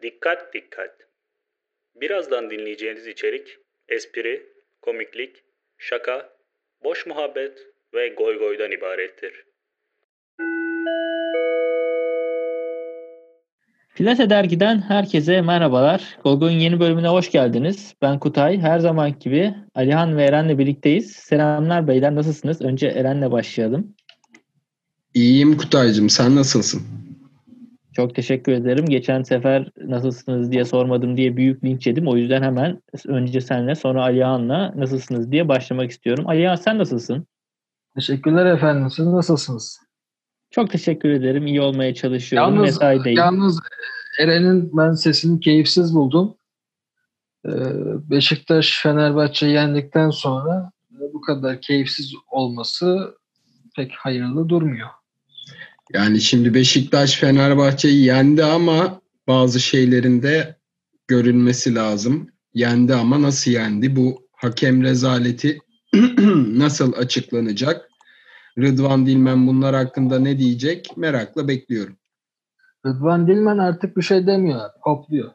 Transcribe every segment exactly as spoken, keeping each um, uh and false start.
Dikkat dikkat. Birazdan dinleyeceğiniz içerik espri, komiklik, şaka, boş muhabbet ve goy goydan ibarettir. Plase Dergi'den herkese merhabalar. Gogo'nun yeni bölümüne hoş geldiniz. Ben Kutay. Her zaman gibi Alihan ve Eren'le birlikteyiz. Selamlar beyler, nasılsınız? Önce Eren'le başlayalım. İyiyim Kutay'cığım. Sen nasılsın? Çok teşekkür ederim. Geçen sefer nasılsınız diye sormadım diye büyük linç yedim. O yüzden hemen önce senle sonra Alihan'la nasılsınız diye başlamak istiyorum. Alihan, sen nasılsın? Teşekkürler efendim. Siz nasılsınız? Çok teşekkür ederim. İyi olmaya çalışıyorum. Yalnız, Mesaideyim. yalnız Eren'in ben sesini keyifsiz buldum. Ee, Beşiktaş Fenerbahçe'yi yendikten sonra bu kadar keyifsiz olması pek hayırlı durmuyor. Yani şimdi Beşiktaş Fenerbahçe'yi yendi ama bazı şeylerin de görülmesi lazım. Yendi ama nasıl yendi? Bu hakem rezaleti nasıl açıklanacak? Rıdvan Dilmen bunlar hakkında ne diyecek? Merakla bekliyorum. Rıdvan Dilmen artık bir şey demiyor. Hopluyor.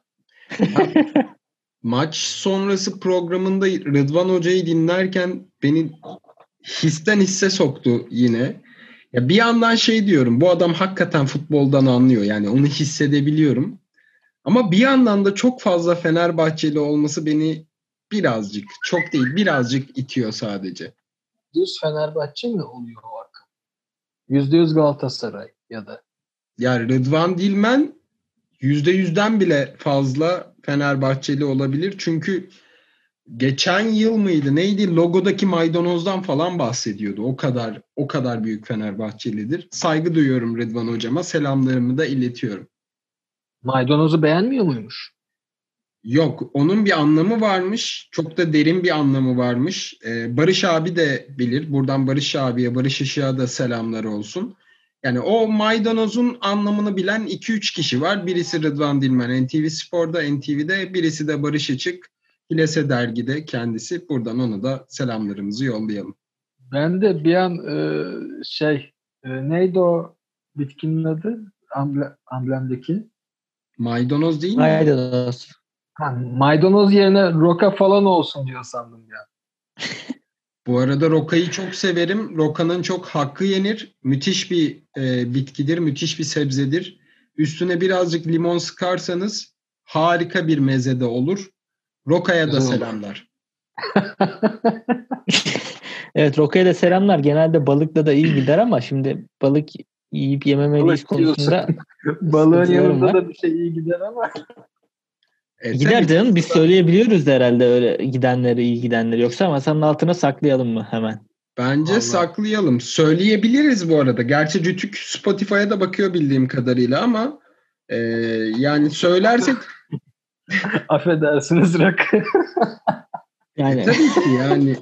Maç sonrası programında Rıdvan Hoca'yı dinlerken beni histen hisse soktu yine. Ya bir yandan şey diyorum, bu adam hakikaten futboldan anlıyor. Yani onu hissedebiliyorum. Ama bir yandan da çok fazla Fenerbahçeli olması beni birazcık, çok değil birazcık itiyor sadece. Düz Fenerbahçe mi oluyor o akım? Yüzde yüz Galatasaray ya da. Yani Rıdvan Dilmen yüzde yüzden bile fazla Fenerbahçeli olabilir. Çünkü geçen yıl mıydı neydi, logodaki maydanozdan falan bahsediyordu. O kadar o kadar büyük Fenerbahçelidir. Saygı duyuyorum Rıdvan hocama. Selamlarımı da iletiyorum. Maydanozu beğenmiyor muymuş? Yok, onun bir anlamı varmış. Çok da derin bir anlamı varmış. Ee, Barış abi de bilir. Buradan Barış abiye, Barış Işık'a da selamlar olsun. Yani o maydanozun anlamını bilen iki üç kişi var. Birisi Rıdvan Dilmen N T V Spor'da, N T V'de. Birisi de Barış Işık, Plase Dergi'de kendisi. Buradan ona da selamlarımızı yollayalım. Ben de bir an e, şey e, neydi o bitkinin adı? Amble, amblemdeki. Maydanoz değil mi? Maydanoz. Ha, maydanoz yerine roka falan olsun diyor sandım ya. Bu arada rokayı çok severim. Rokanın çok hakkı yenir. Müthiş bir e, bitkidir, müthiş bir sebzedir. Üstüne birazcık limon sıkarsanız harika bir meze de olur. Rokaya da Güzel olur. selamlar. Evet, Roka'ya da selamlar. Genelde balıkla da iyi gider ama şimdi balık yiyip yememeliyiz konusunda balığın yanında var. da bir şey iyi gider ama. E, gider tabii, canım, biz söyleyebiliyoruz da herhalde öyle gidenleri, iyi gidenleri. Yoksa masanın altına saklayalım mı hemen? Bence Vallahi. saklayalım. Söyleyebiliriz bu arada. Gerçi Rütük Spotify'a da bakıyor bildiğim kadarıyla ama e, yani söylersek Affedersiniz rakı. Yani e, tabii ki yani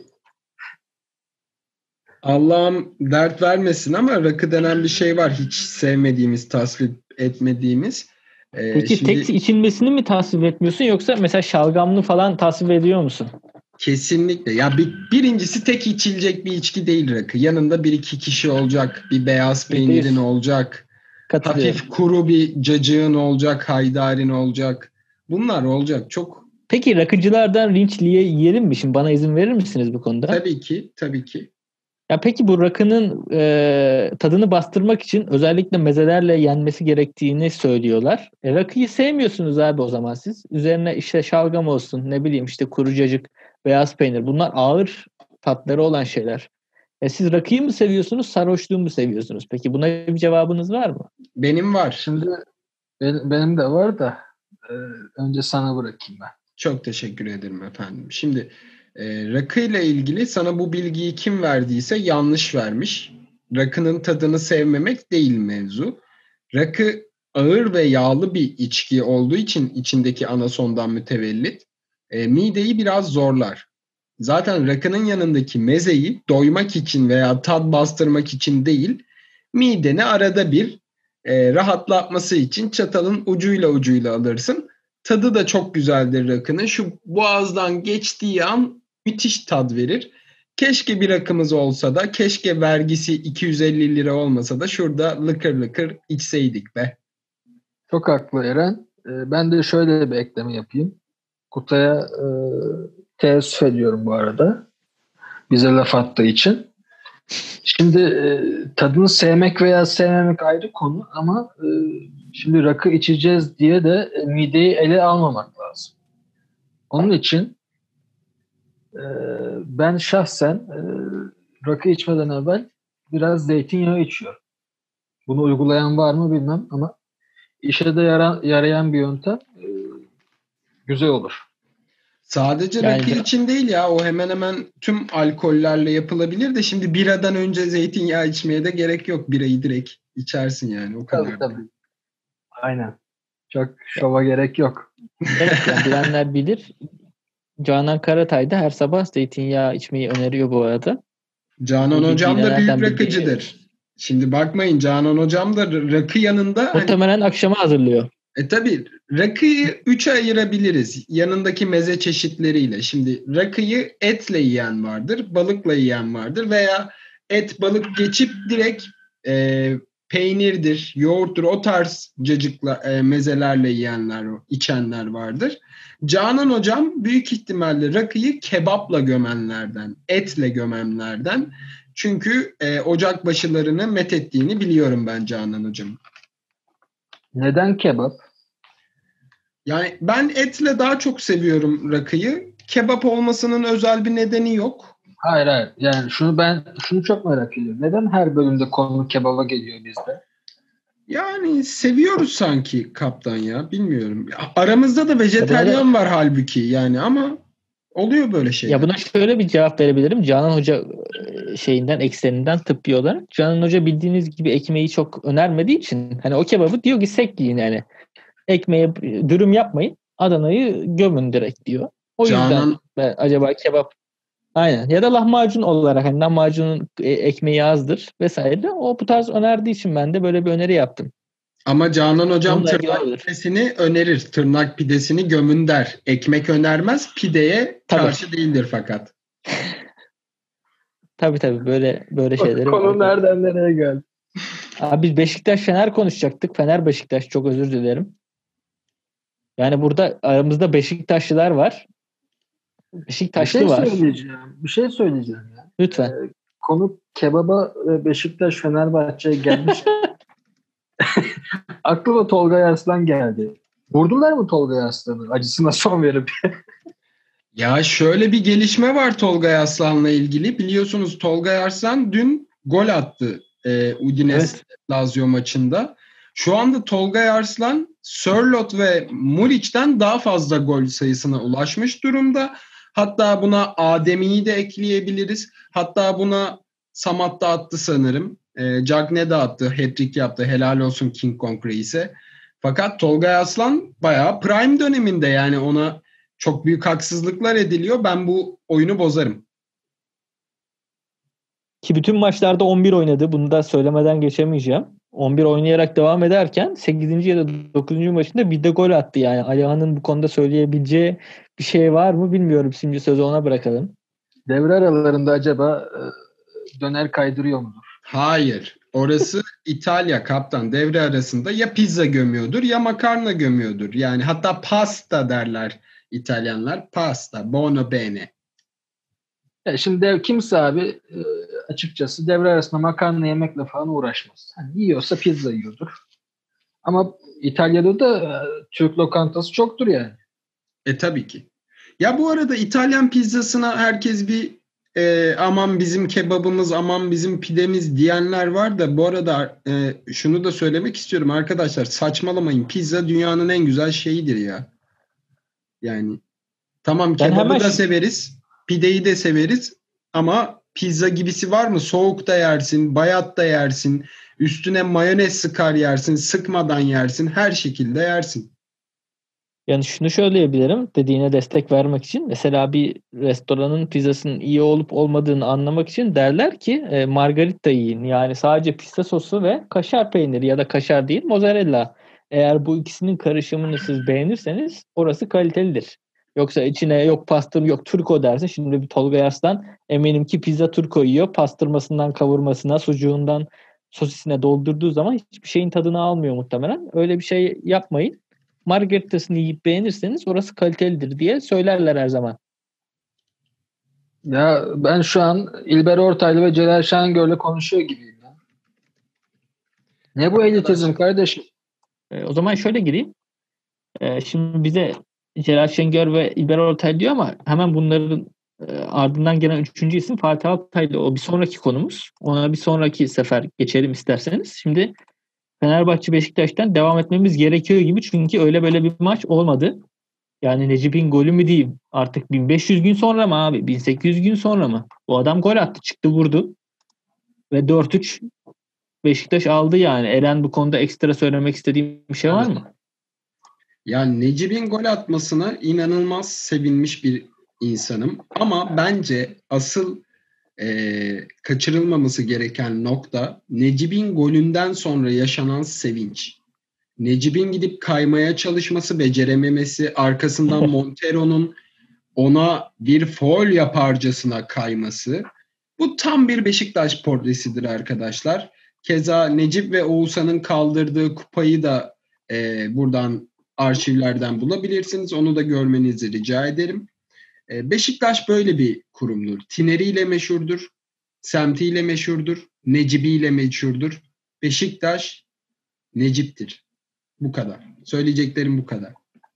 Allah'ım dert vermesin ama rakı denen bir şey var. Hiç sevmediğimiz, tasvip etmediğimiz. Ee, peki şimdi, tek içilmesini mi tasvip etmiyorsun yoksa mesela şalgamlı falan tasvip ediyor musun? Kesinlikle. Ya bir, birincisi tek içilecek bir içki değil rakı. Yanında bir iki kişi olacak. Bir beyaz peynirin olacak. Hafif kuru bir cacığın olacak. Haydarin olacak. Bunlar olacak. Çok. Peki rakıcılardan linçliğe yiyelim mi? Şimdi bana izin verir misiniz bu konuda? Tabii ki. Tabii ki. Ya peki bu rakının e, tadını bastırmak için özellikle mezelerle yenmesi gerektiğini söylüyorlar. E, rakıyı sevmiyorsunuz abi o zaman siz. Üzerine işte şalgam olsun, ne bileyim işte kuru cacık, beyaz peynir. Bunlar ağır tatları olan şeyler. E, siz rakıyı mı seviyorsunuz, sarhoşluğu mu seviyorsunuz? Peki buna bir cevabınız var mı? Benim var. Şimdi benim, benim de var da e, önce sana bırakayım ben. Çok teşekkür ederim efendim. Şimdi E, rakı ile ilgili sana bu bilgiyi kim verdiyse yanlış vermiş. Rakının tadını sevmemek değil mevzu. Rakı ağır ve yağlı bir içki olduğu için içindeki anasondan mütevellit e, mideyi biraz zorlar. Zaten rakının yanındaki mezeyi doymak için veya tat bastırmak için değil, mideni arada bir e, rahatlatması için çatalın ucuyla ucuyla alırsın. Tadı da çok güzeldir rakının. Şu boğazdan geçtiği an müthiş tat verir. Keşke bir rakımız olsa da, keşke vergisi iki yüz elli lira olmasa da şurada lıkır lıkır içseydik be. Çok haklı Eren. e, ben de şöyle bir ekleme yapayım. Kutay'a e, teessüf ediyorum bu arada. Bize laf attığı için. Şimdi e, tadını sevmek veya sevmemek ayrı konu ama e, şimdi rakı içeceğiz diye de e, mideyi ele almamak lazım. Onun için e, ben şahsen e, rakı içmeden evvel biraz zeytinyağı içiyorum. Bunu uygulayan var mı bilmem ama işe de yara, yarayan bir yöntem e, güzel olur. Sadece Yani rakı de- için değil ya, o hemen hemen tüm alkollerle yapılabilir de şimdi biradan önce zeytinyağı içmeye de gerek yok. Birayı direkt içersin yani, o Tabii kadar. tabii. Aynen. Çok şova gerek yok. evet, yani bilenler bilir. Canan Karatay da her sabah zeytinyağı içmeyi öneriyor bu arada. Canan Bu Hocam bilgiyi da büyük nereden bildiğini rakıcıdır. Şimdi bakmayın, Canan Hocam da rakı yanında hani, muhtemelen akşama hazırlıyor. e tabii rakıyı üçe ayırabiliriz yanındaki meze çeşitleriyle. Şimdi rakıyı etle yiyen vardır, balıkla yiyen vardır veya et balık geçip direkt e, peynirdir, yoğurttur, o tarz cacıkla e, mezelerle yiyenler, içenler vardır. Canan Hocam büyük ihtimalle rakıyı kebapla gömenlerden, etle gömenlerden. Çünkü e, ocak başılarını met ettiğini biliyorum ben Canan Hocam. Neden kebap? Yani ben etle daha çok seviyorum rakıyı. Kebap olmasının özel bir nedeni yok. Hayır hayır. Yani şunu ben şunu çok merak ediyorum. Neden her bölümde konu kebaba geliyor bizde? Yani seviyoruz sanki kaptan ya. Bilmiyorum. Aramızda da Ya buna da, vejetaryen var halbuki yani, ama oluyor böyle şeyler. ya buna şöyle bir cevap verebilirim. Canan Hoca e, şeyinden, ekseninden tıbbi olarak. Canan Hoca bildiğiniz gibi ekmeği çok önermediği için hani o kebabı diyor ki sek yiyin yani. Ekmeğe dürüm yapmayın. Adana'yı gömün direkt diyor. O yüzden Canan ben acaba kebap aynen ya da lahmacun olarak hani lahmacunun e, ekmeği azdır vesaire. O bu tarz önerdiği için ben de böyle bir öneri yaptım. ama Canan Hocam Bununla ilgili tırnak olabilir. pidesini önerir. Tırnak pidesini gömün der. Ekmek önermez. Pideye Tabii. karşı değildir fakat. Tabii tabii böyle böyle şeyleri var. Konu nereden nereye geldi? Abi biz Beşiktaş Fener konuşacaktık. Fener Beşiktaş, çok özür dilerim. Yani burada aramızda Beşiktaşlılar var. Bir Beşiktaşlı şey var. söyleyeceğim. Bir şey söyleyeceğim ya. Lütfen. Ee, konu kebaba ve Beşiktaş Fenerbahçe'ye gelmiş. Aklıma Tolga Arslan geldi. Vurdular mı Tolga Arslan'ı? Acısına son verip. Ya şöyle bir gelişme var Tolga Arslan'la ilgili. Biliyorsunuz Tolga Arslan dün gol attı e, Udinese Evet. Lazio maçında. Şu anda Tolga Arslan Sörloth ve Muriç'ten daha fazla gol sayısına ulaşmış durumda. Hatta buna Adem'iyi de ekleyebiliriz. Hatta buna Samat da attı sanırım. E, Cagne de attı. Hat-trick yaptı. Helal olsun King Kong Reis'e. Fakat Tolga Arslan bayağı prime döneminde, yani ona çok büyük haksızlıklar ediliyor. Ben bu oyunu bozarım. Ki bütün maçlarda on bir oynadı. Bunu da söylemeden geçemeyeceğim. on bir oynayarak devam ederken sekizinci ya da dokuzuncu maçında bir de gol attı yani. Alihan'ın bu konuda söyleyebileceği bir şey var mı bilmiyorum. Şimdi sözü ona bırakalım. Devre aralarında acaba e, döner kaydırıyor mudur? Hayır. Orası İtalya kaptan. Devre arasında ya pizza gömüyordur ya makarna gömüyordur. Yani hatta pasta derler İtalyanlar. Pasta. Buono bene. Ya şimdi dev, kimse abi e, açıkçası devre arasında makarna yemekle falan uğraşmaz. Hani yiyorsa pizza yiyordur. Ama İtalya'da da e, Türk lokantası çoktur yani. E tabii ki. Ya bu arada İtalyan pizzasına herkes bir e, aman bizim kebabımız, aman bizim pidemiz diyenler var da, bu arada e, şunu da söylemek istiyorum arkadaşlar, saçmalamayın, pizza dünyanın en güzel şeyidir ya. Yani tamam, Ben kebabı hemen da şu- severiz, pideyi de severiz ama pizza gibisi var mı? Soğuk da yersin, bayat da yersin, üstüne mayonez sıkar yersin, sıkmadan yersin, her şekilde yersin. Yani şunu söyleyebilirim dediğine destek vermek için. Mesela bir restoranın pizzasının iyi olup olmadığını anlamak için derler ki e, margarita yiyin. Yani sadece pizza sosu ve kaşar peyniri ya da kaşar değil mozzarella. Eğer bu ikisinin karışımını siz beğenirseniz orası kalitelidir. Yoksa içine yok pastır yok turko dersin. Şimdi bir Tolga Arslan eminim ki pizza turko yiyor. Pastırmasından kavurmasına, sucuğundan sosisine doldurduğu zaman hiçbir şeyin tadını almıyor muhtemelen. Öyle bir şey yapmayın. margaritasını yiyip beğenirseniz orası kalitelidir diye söylerler her zaman. Ya ben şu an İlber Ortaylı ve Celal Şengör'le konuşuyor gibiyim ya. Ne bu elitizm kardeşim? E, o zaman şöyle gireyim. E, şimdi bize Celal Şengör ve İlber Ortaylı diyor ama hemen bunların e, ardından gelen üçüncü isim Fatih Altaylı. O bir sonraki konumuz. Ona bir sonraki sefer geçelim isterseniz. Şimdi Fenerbahçe Beşiktaş'tan devam etmemiz gerekiyor gibi çünkü öyle böyle bir maç olmadı. Yani Necip'in golü mü diyeyim artık bin beş yüz gün sonra mı abi? bin sekiz yüz gün sonra mı? O adam gol attı, çıktı, vurdu. Ve dört üç Beşiktaş aldı yani. Eren bu konuda ekstra söylemek istediğim bir şey var mı? Yani Necip'in gol atmasına inanılmaz sevinmiş bir insanım. Ama bence asıl e, kaçırılmaması gereken nokta Necip'in golünden sonra yaşanan sevinç. Necip'in gidip kaymaya çalışması, becerememesi, arkasından Montero'nun ona bir faul yaparcasına kayması. Bu tam bir Beşiktaş portresidir arkadaşlar. Keza Necip ve Oğuzhan'ın kaldırdığı kupayı da e, buradan arşivlerden bulabilirsiniz. Onu da görmenizi rica ederim. E, Beşiktaş böyle bir kurumdur. Tineriyle meşhurdur, semtiyle meşhurdur, Necip'iyle meşhurdur. Beşiktaş Necip'tir. Bu kadar. Söyleyeceklerim bu kadar.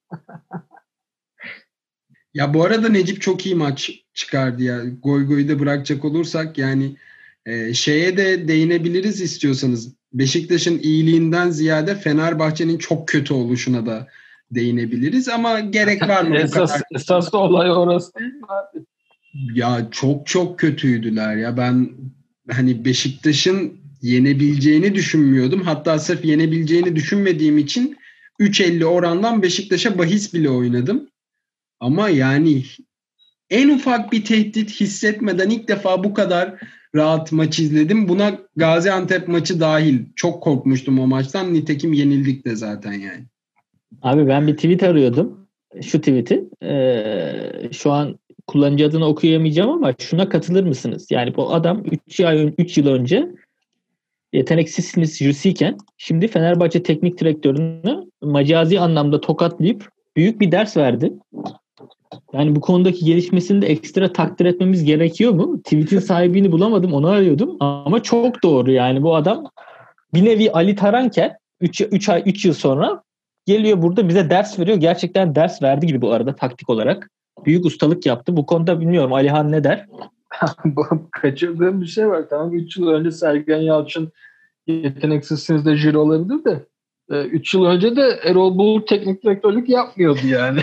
Ya bu arada Necip çok iyi maç çıkardı ya. Goy goyu da bırakacak olursak yani e, şeye de değinebiliriz istiyorsanız. Beşiktaş'ın iyiliğinden ziyade Fenerbahçe'nin çok kötü oluşuna da değinebiliriz ama gerek var mı bu Esas, kadar? esas olay orası değil mi abi? Ya çok çok kötüydüler ya. Ben hani Beşiktaş'ın yenebileceğini düşünmüyordum. Hatta sırf yenebileceğini düşünmediğim için üç elli orandan Beşiktaş'a bahis bile oynadım. Ama yani en ufak bir tehdit hissetmeden ilk defa bu kadar rahat maç izledim. Buna Gaziantep maçı dahil. Çok korkmuştum o maçtan. Nitekim yenildik de zaten yani. Abi ben bir tweet arıyordum. Şu tweet'i. Ee, şu an kullanıcı adını okuyamayacağım ama şuna katılır mısınız? Yani bu adam üç ay üç yıl önce yeteneksizsiniz jürisiyken şimdi Fenerbahçe teknik direktörünü macazi anlamda tokatlayıp büyük bir ders verdi. Yani bu konudaki gelişmesini de ekstra takdir etmemiz gerekiyor mu? Tweet'in sahibini bulamadım, onu arıyordum. Ama çok doğru yani bu adam bir nevi Ali Taranken üç ay üç yıl sonra geliyor burada bize ders veriyor. Gerçekten ders verdi gibi bu arada taktik olarak. Büyük ustalık yaptı. Bu konuda bilmiyorum Alihan ne der? Kaçırdığım bir şey var. Tamam üç yıl önce Sergen Yalçın yeteneksizsiniz de jüri olabilir de üç yıl önce de Erol Bulut teknik direktörlük yapmıyordu yani.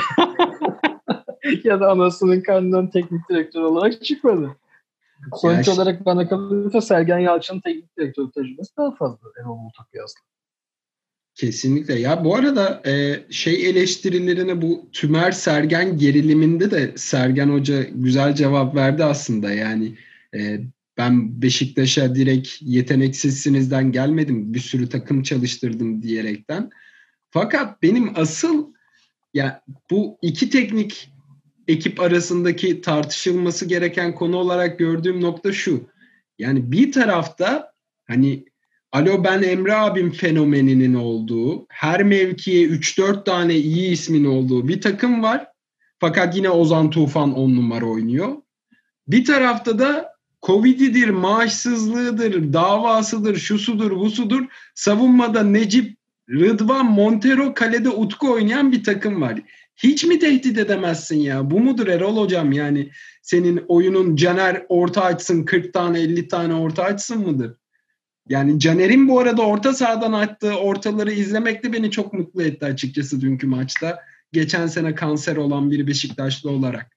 Ya da anasının karnından teknik direktör olarak çıkmadı. Sonuç ya olarak bana kalırsa Sergen Yalçın'ın teknik direktör tecrübesi daha fazla Erol Bulut'a kıyasla. Kesinlikle. Ya bu arada e, şey eleştirilerine bu Tümer Sergen geriliminde de Sergen Hoca güzel cevap verdi aslında. Yani e, ben Beşiktaş'a direkt yeteneksizsinizden gelmedim. Bir sürü takım çalıştırdım diyerekten. Fakat benim asıl ya bu iki teknik ekip arasındaki tartışılması gereken konu olarak gördüğüm nokta şu. Yani bir tarafta hani alo ben Emre abim fenomeninin olduğu, her mevkiye üç dört tane iyi ismin olduğu bir takım var. Fakat yine Ozan Tufan on numara oynuyor. Bir tarafta da Covid'idir, maaşsızlığıdır, davasıdır, şusudur, busudur. Savunmada Necip, Rıdvan, Montero, kalede Utku oynayan bir takım var. Hiç mi tehdit edemezsin ya? Bu mudur Erol Hocam? Yani senin oyunun Caner orta açsın, kırk tane elli tane orta açsın mıdır? Yani Caner'in bu arada orta sahadan attığı ortaları izlemek de beni çok mutlu etti açıkçası dünkü maçta. Geçen sene kanser olan bir Beşiktaşlı olarak.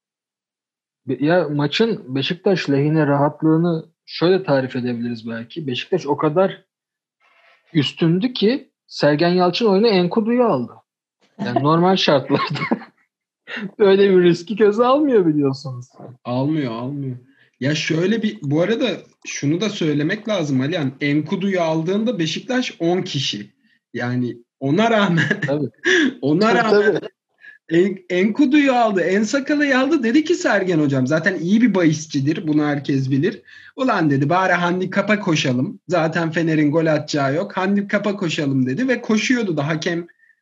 Ya maçın Beşiktaş lehine rahatlığını şöyle tarif edebiliriz belki. Beşiktaş o kadar üstündü ki Sergen Yalçın oyunu Enkudu'yu aldı. Yani normal şartlarda böyle bir riski göze almıyor biliyorsunuz. Almıyor, almıyor. Ya şöyle bir, bu arada şunu da söylemek lazım Alihan. Enkudu'yu aldığında Beşiktaş on kişi. Yani ona rağmen Tabii. ona Tabii, rağmen tabii. En, Enkudu'yu aldı, Ensakala'yı aldı. Dedi ki Sergen Hocam zaten iyi bir bahisçidir. Bunu herkes bilir. Ulan dedi bari handikapa koşalım. Zaten Fener'in gol atacağı yok. Handikapa koşalım dedi ve koşuyordu da hakem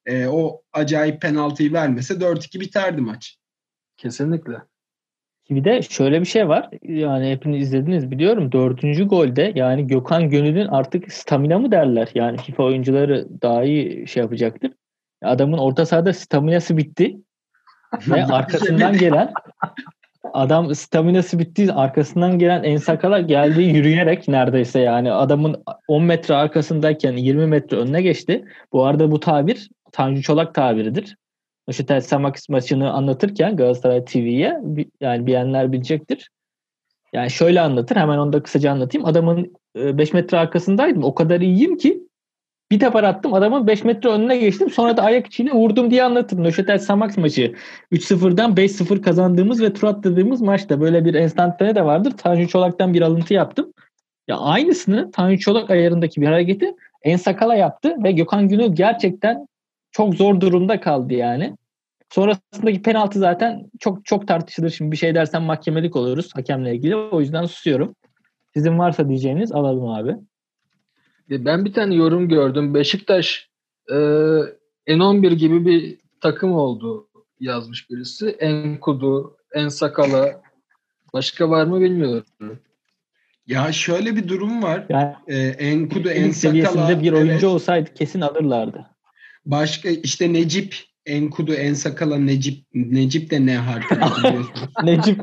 e, o acayip penaltıyı vermese dört iki biterdi maç. Kesinlikle. Bir de şöyle bir şey var. Yani hepiniz izlediniz biliyorum. Dördüncü golde yani Gökhan Gönül'ün artık stamina mı derler? Yani FIFA oyuncuları daha iyi şey yapacaktır. Adamın orta sahada staminası bitti. Ve arkasından gelen adam staminası bittiği arkasından gelen En Sakala geldi yürüyerek neredeyse yani adamın on metre arkasındayken yirmi metre önüne geçti. Bu arada bu tabir Tanju Çolak tabiridir. Nöşetel Samax maçını anlatırken Galatasaray T V'ye yani bilenler bilecektir. Yani şöyle anlatır, hemen onu da kısaca anlatayım. Adamın beş metre arkasındaydım. O kadar iyiyim ki bir tepar attım. Adamın beş metre önüne geçtim. Sonra da ayak içiyle vurdum diye anlatır. Nöşetel Samax maçı üç sıfırdan beş sıfır kazandığımız ve tur atladığımız maçta böyle bir enstantane de vardır. Tanju Çolak'tan bir alıntı yaptım. Ya aynısını Tanju Çolak ayarındaki bir hareketi En Sakala yaptı ve Gökhan Gönül gerçekten çok zor durumda kaldı yani. Sonrasındaki penaltı zaten çok çok tartışılır. Şimdi bir şey dersem mahkemelik oluruz hakemle ilgili. O yüzden susuyorum. Sizin varsa diyeceğiniz alalım abi. Ben bir tane yorum gördüm. Beşiktaş e, N on bir gibi bir takım oldu yazmış birisi. Enkudu, En Sakala, başka var mı bilmiyorum. Ya şöyle bir durum var. Yani Ee, Enkudu, En lig seviyesinde Sakala, bir oyuncu evet. olsaydı kesin alırlardı. Başka işte Necip, Enkudu, En Sakala, Necip. Necip de ne harfi biliyorsunuz. Necip.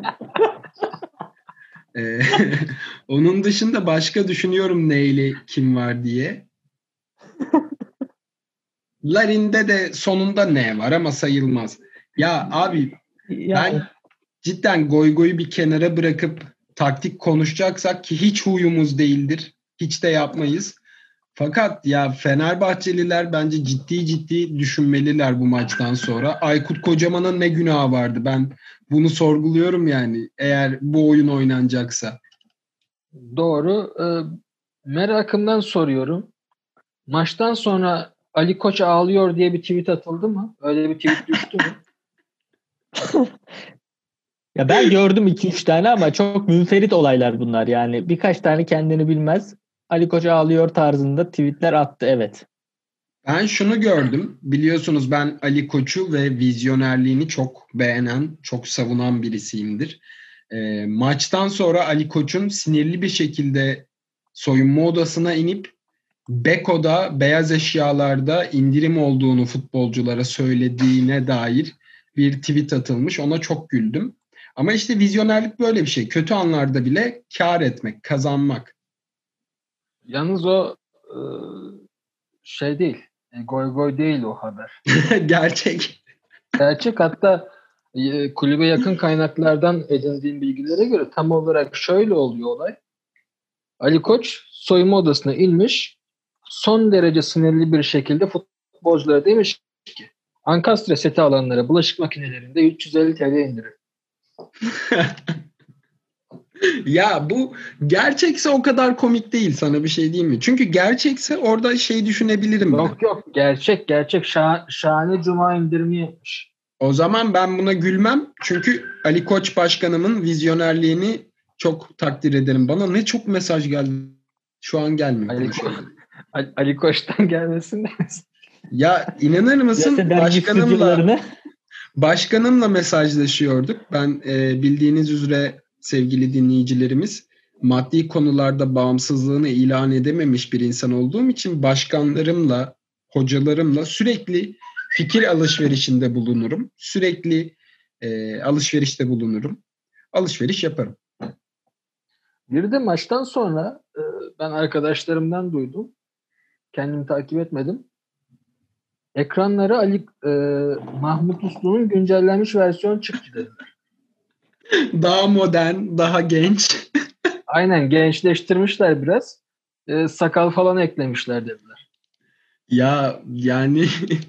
Ee, onun dışında başka düşünüyorum neyle kim var diye. Larin'de de sonunda ne var ama sayılmaz. Ya abi Yani ben cidden goy goyu bir kenara bırakıp taktik konuşacaksak ki hiç huyumuz değildir. Hiç de yapmayız. Fakat ya Fenerbahçeliler bence ciddi ciddi düşünmeliler bu maçtan sonra. Aykut Kocaman'ın ne günahı vardı? Ben bunu sorguluyorum yani eğer bu oyun oynanacaksa. Doğru. E, merakımdan soruyorum. Maçtan sonra Ali Koç ağlıyor diye bir tweet atıldı mı? Öyle bir tweet düştü mü? ya ben gördüm iki üç tane ama çok münferit olaylar bunlar. Yani birkaç tane kendini bilmez Ali Koç ağlıyor tarzında tweetler attı, evet. Ben şunu gördüm. Biliyorsunuz ben Ali Koç'u ve vizyonerliğini çok beğenen, çok savunan birisiyimdir. E, maçtan sonra Ali Koç'un sinirli bir şekilde soyunma odasına inip Beko'da beyaz eşyalarda indirim olduğunu futbolculara söylediğine dair bir tweet atılmış. Ona çok güldüm. Ama işte vizyonerlik böyle bir şey. Kötü anlarda bile kar etmek, kazanmak. Yalnız o e, şey değil. E, goy goy değil o haber. Gerçek. Gerçek, hatta e, kulübe yakın kaynaklardan edindiğim bilgilere göre tam olarak şöyle oluyor olay. Ali Koç soyunma odasına inmiş, son derece sinirli bir şekilde futbolculara demiş ki Ankastre seti alanlara bulaşık makinelerinde üç yüz elli T L indirin. Ya bu gerçekse o kadar komik değil, sana bir şey diyeyim mi? Çünkü gerçekse orada şey düşünebilirim ben. Yok yok, gerçek gerçek şah, şahane cuma indirimi yapmış. O zaman ben buna gülmem. Çünkü Ali Koç başkanımın vizyonerliğini çok takdir ederim. Bana ne çok mesaj geldi. Şu an gelmiyor. Ali, Ali, Ali Koç'tan gelmesin demesin. Ya inanır mısın başkanımla başkanımla mesajlaşıyorduk. Ben e, bildiğiniz üzere sevgili dinleyicilerimiz maddi konularda bağımsızlığını ilan edememiş bir insan olduğum için başkanlarımla, hocalarımla sürekli fikir alışverişinde bulunurum. Sürekli e, alışverişte bulunurum. Alışveriş yaparım. Bir de maçtan sonra e, ben arkadaşlarımdan duydum. Kendim takip etmedim. Ekranlara Ali e, Mahmut Uslu'nun güncellenmiş versiyonu çıktı dediler. Daha modern, daha genç. Aynen, gençleştirmişler biraz. E, sakal falan eklemişler dediler. Ya yani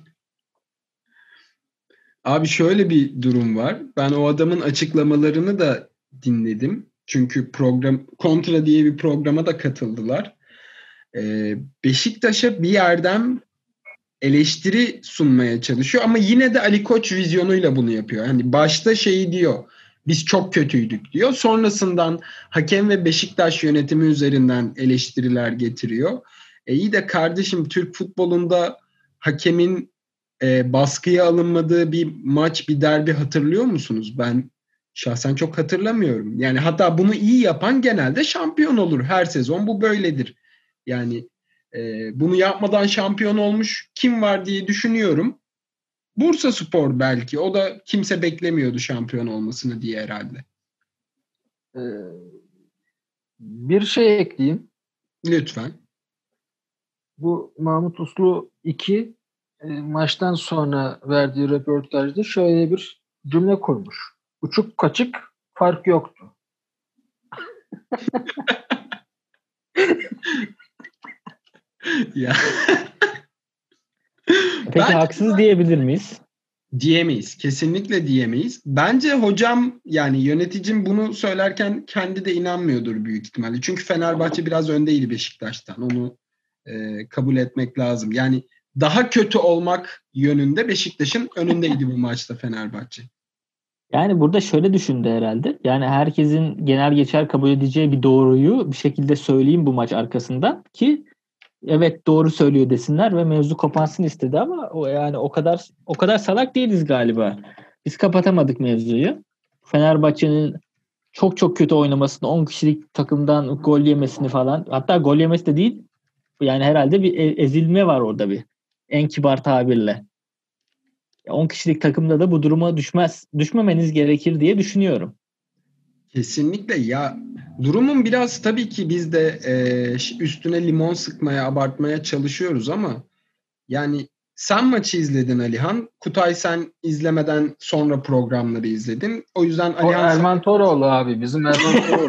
abi şöyle bir durum var. Ben o adamın açıklamalarını da dinledim. Çünkü program Kontra diye bir programa da katıldılar. Ee, Beşiktaş'a bir yerden eleştiri sunmaya çalışıyor ama yine de Ali Koç vizyonuyla bunu yapıyor. Hani başta şeyi diyor. Biz çok kötüydük diyor. Sonrasından hakem ve Beşiktaş yönetimi üzerinden eleştiriler getiriyor. E iyi de kardeşim, Türk futbolunda hakemin e, baskıya alınmadığı bir maç, bir derbi hatırlıyor musunuz? Ben şahsen çok hatırlamıyorum. Yani hatta bunu iyi yapan genelde şampiyon olur. Her sezon bu böyledir. Yani e, bunu yapmadan şampiyon olmuş kim var diye düşünüyorum. Bursaspor belki. O da kimse beklemiyordu şampiyon olmasını diye herhalde. Ee, bir şey ekleyeyim. Lütfen. Bu Mahmut Uslu iki e, maçtan sonra verdiği röportajda şöyle bir cümle kurmuş. Uçuk kaçık fark yoktu. Ya. Peki Ben- haksız diyebilir miyiz? Diyemeyiz. Kesinlikle diyemeyiz. Bence hocam yani yöneticim bunu söylerken kendi de inanmıyordur büyük ihtimalle. Çünkü Fenerbahçe biraz öndeydi Beşiktaş'tan. Onu e, kabul etmek lazım. Yani daha kötü olmak yönünde Beşiktaş'ın önündeydi bu maçta Fenerbahçe. Yani burada şöyle düşündü herhalde. Yani herkesin genel geçer kabul edeceği bir doğruyu bir şekilde söyleyeyim bu maç arkasından ki evet doğru söylüyor desinler ve mevzu kapansın istedi ama o yani o kadar o kadar salak değiliz galiba. Biz kapatamadık mevzuyu. Fenerbahçe'nin çok çok kötü oynamasını, on kişilik takımdan gol yemesini falan. Hatta gol yemesi de değil. Yani herhalde bir e- ezilme var orada bir. En kibar tabirle. on kişilik takımda da bu duruma düşmez. Düşmemeniz gerekir diye düşünüyorum. Kesinlikle ya, durumun biraz tabii ki biz de e, üstüne limon sıkmaya, abartmaya çalışıyoruz ama yani sen maçı izledin Alihan. Kutay sen izlemeden sonra programları izledin. O yüzden O Alihan Erman Toroğlu abi. Bizim Erman Toroğlu.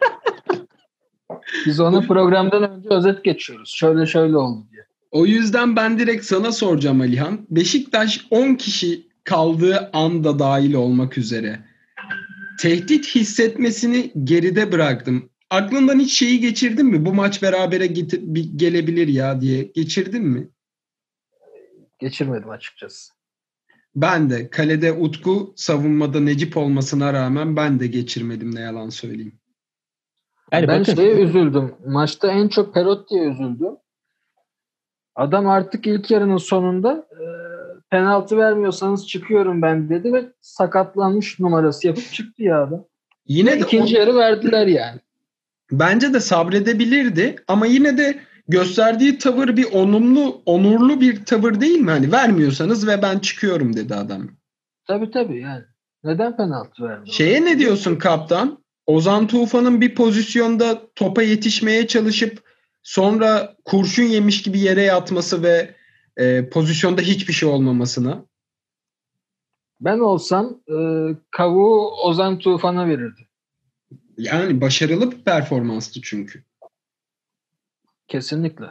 Biz ona programdan önce özet geçiyoruz. Şöyle şöyle oldu diye. O yüzden ben direkt sana soracağım Alihan. Beşiktaş on kişi kaldığı anda dahil olmak üzere tehdit hissetmesini geride bıraktım. Aklından hiç şeyi geçirdin mi? Bu maç berabere getir- bir gelebilir ya diye geçirdin mi? Geçirmedim açıkçası. Ben de kalede Utku, savunmada Necip olmasına rağmen ben de geçirmedim, ne yalan söyleyeyim. Yani ben bakın, şeye üzüldüm. Maçta en çok Perotti'ye üzüldüm. Adam artık ilk yarının sonunda e, penaltı vermiyorsanız çıkıyorum ben dedi ve sakatlanmış numarası yapıp çıktı ya adam. Yine Ve de ikinci o- yarı verdiler yani. bence de sabredebilirdi ama yine de gösterdiği tavır bir onurlu, onurlu bir tavır değil mi? Hani vermiyorsanız ve ben çıkıyorum dedi adam. Tabii tabii yani. Neden penaltı verdi? Şeye ne diyorsun kaptan? Ozan Tufan'ın bir pozisyonda topa yetişmeye çalışıp sonra kurşun yemiş gibi yere yatması ve e, pozisyonda hiçbir şey olmamasına. Ben olsam e, kavuğu Ozan Tufan'a verirdi. Yani başarılı bir performanstı çünkü. Kesinlikle.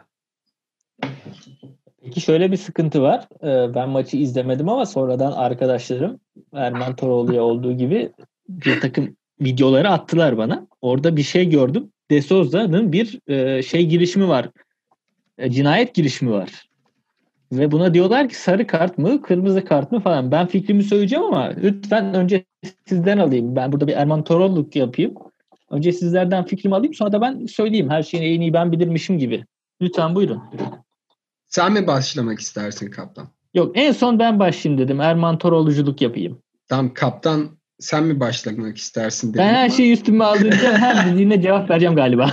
peki şöyle bir sıkıntı var. Ee, ben maçı izlemedim ama sonradan arkadaşlarım Erman Toroğlu'ya olduğu gibi bir takım videoları attılar bana. Orada bir şey gördüm. De Souza'nın bir e, şey girişimi var. E, cinayet girişimi var. Ve buna diyorlar ki sarı kart mı, kırmızı kart mı falan. Ben fikrimi söyleyeceğim ama lütfen önce sizden alayım. Ben burada bir Erman Toroğlu'luk yapayım. Önce sizlerden fikrimi alayım, sonra da ben söyleyeyim. Her şeyin en iyi ben bilirmişim gibi. Lütfen buyurun. Sen mi başlamak istersin kaptan? Yok, en son ben başlayayım dedim. Erman Toroğluculuk yapayım. Tamam kaptan, sen mi başlamak istersin dedim. Ben her ama- şeyi üstüme aldıracağım. Her dediğine cevap vereceğim galiba.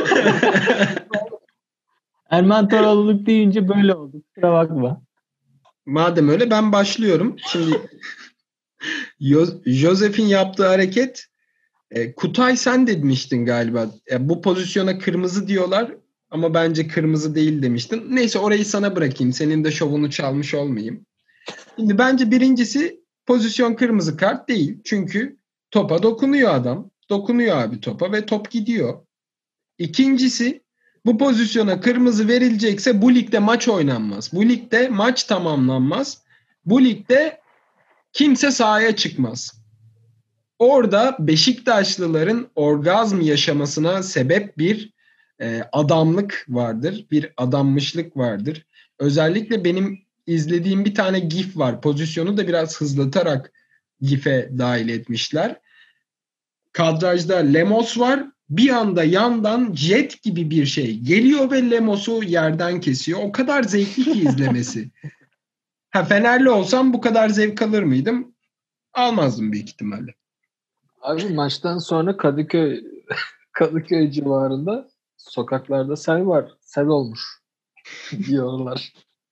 Erman Toroğluluk deyince böyle oldu. Kusura bakma. Madem öyle ben başlıyorum. Şimdi Yo- Josef'in yaptığı hareket, e, Kutay sen demiştin galiba. E, bu pozisyona kırmızı diyorlar ama bence kırmızı değil demiştin. Neyse orayı sana bırakayım. Senin de şovunu çalmış olmayayım. Şimdi bence birincisi pozisyon kırmızı kart değil. Çünkü topa dokunuyor adam. Dokunuyor abi topa ve top gidiyor. İkincisi, bu pozisyona kırmızı verilecekse bu ligde maç oynanmaz. Bu ligde maç tamamlanmaz. Bu ligde kimse sahaya çıkmaz. Orada Beşiktaşlıların orgazm yaşamasına sebep bir e, adamlık vardır. Bir adammışlık vardır. Özellikle benim izlediğim bir tane gif var. Pozisyonu da biraz hızlatarak gif'e dahil etmişler. Kadrajda Lemos var. Bir anda yandan jet gibi bir şey geliyor ve Lemos'u yerden kesiyor. O kadar zevkli ki izlemesi. Ha, Fenerli olsam bu kadar zevk alır mıydım? Almazdım büyük ihtimalle. Abi maçtan sonra Kadıköy Kadıköy civarında sokaklarda sel var. Sel olmuş diyorlar.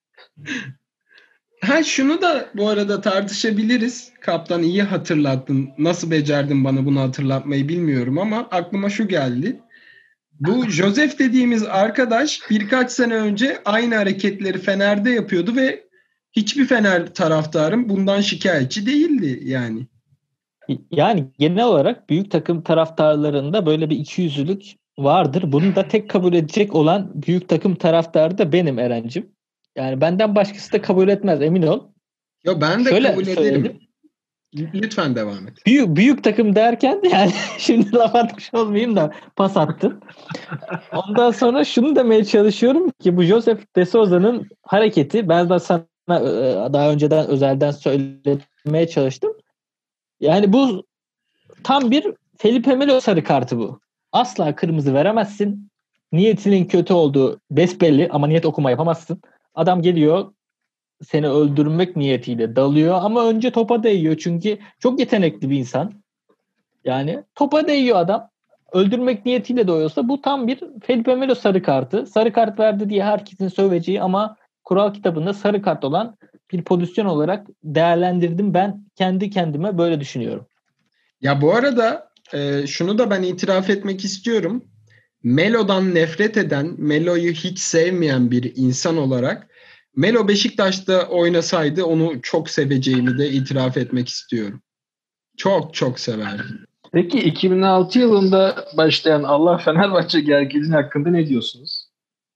Ha, şunu da bu arada tartışabiliriz. Kaptan, iyi hatırlattın. Nasıl becerdin bana bunu hatırlatmayı bilmiyorum ama aklıma şu geldi. Bu Joseph dediğimiz arkadaş birkaç sene önce aynı hareketleri Fener'de yapıyordu ve hiçbir Fener taraftarım bundan şikayetçi değildi yani. Yani genel olarak büyük takım taraftarlarında böyle bir ikiyüzlülük vardır. Bunu da tek kabul edecek olan büyük takım taraftarı da benim Erencim. Yani benden başkası da kabul etmez, emin ol. Yo, ben de Şöyle kabul söyleyeyim. ederim. Lütfen devam et. Büyük, büyük takım derken yani şimdi laf atmış olmayayım da pas attım. Ondan sonra şunu demeye çalışıyorum ki bu Joseph de Souza'nın hareketi, ben de sana e, daha önceden özelden söylemeye çalıştım. Yani bu tam bir Felipe Melo sarı kartı bu. Asla kırmızı veremezsin. Niyetinin kötü olduğu besbelli ama niyet okuma yapamazsın. Adam geliyor seni öldürmek niyetiyle dalıyor ama önce topa değiyor çünkü çok yetenekli bir insan. Yani topa değiyor adam. Öldürmek niyetiyle doğuyorsa bu tam bir Felipe Melo sarı kartı. Sarı kart verdi diye herkesin söveceği ama kural kitabında sarı kart olan bir pozisyon olarak değerlendirdim. Ben kendi kendime böyle düşünüyorum. Ya bu arada e, şunu da ben itiraf etmek istiyorum. Melo'dan nefret eden, Melo'yu hiç sevmeyen bir insan olarak Melo Beşiktaş'ta oynasaydı onu çok seveceğimi de itiraf etmek istiyorum. Çok çok severdim. Peki iki bin altı yılında başlayan Allah Fenerbahçe gerginliği hakkında ne diyorsunuz?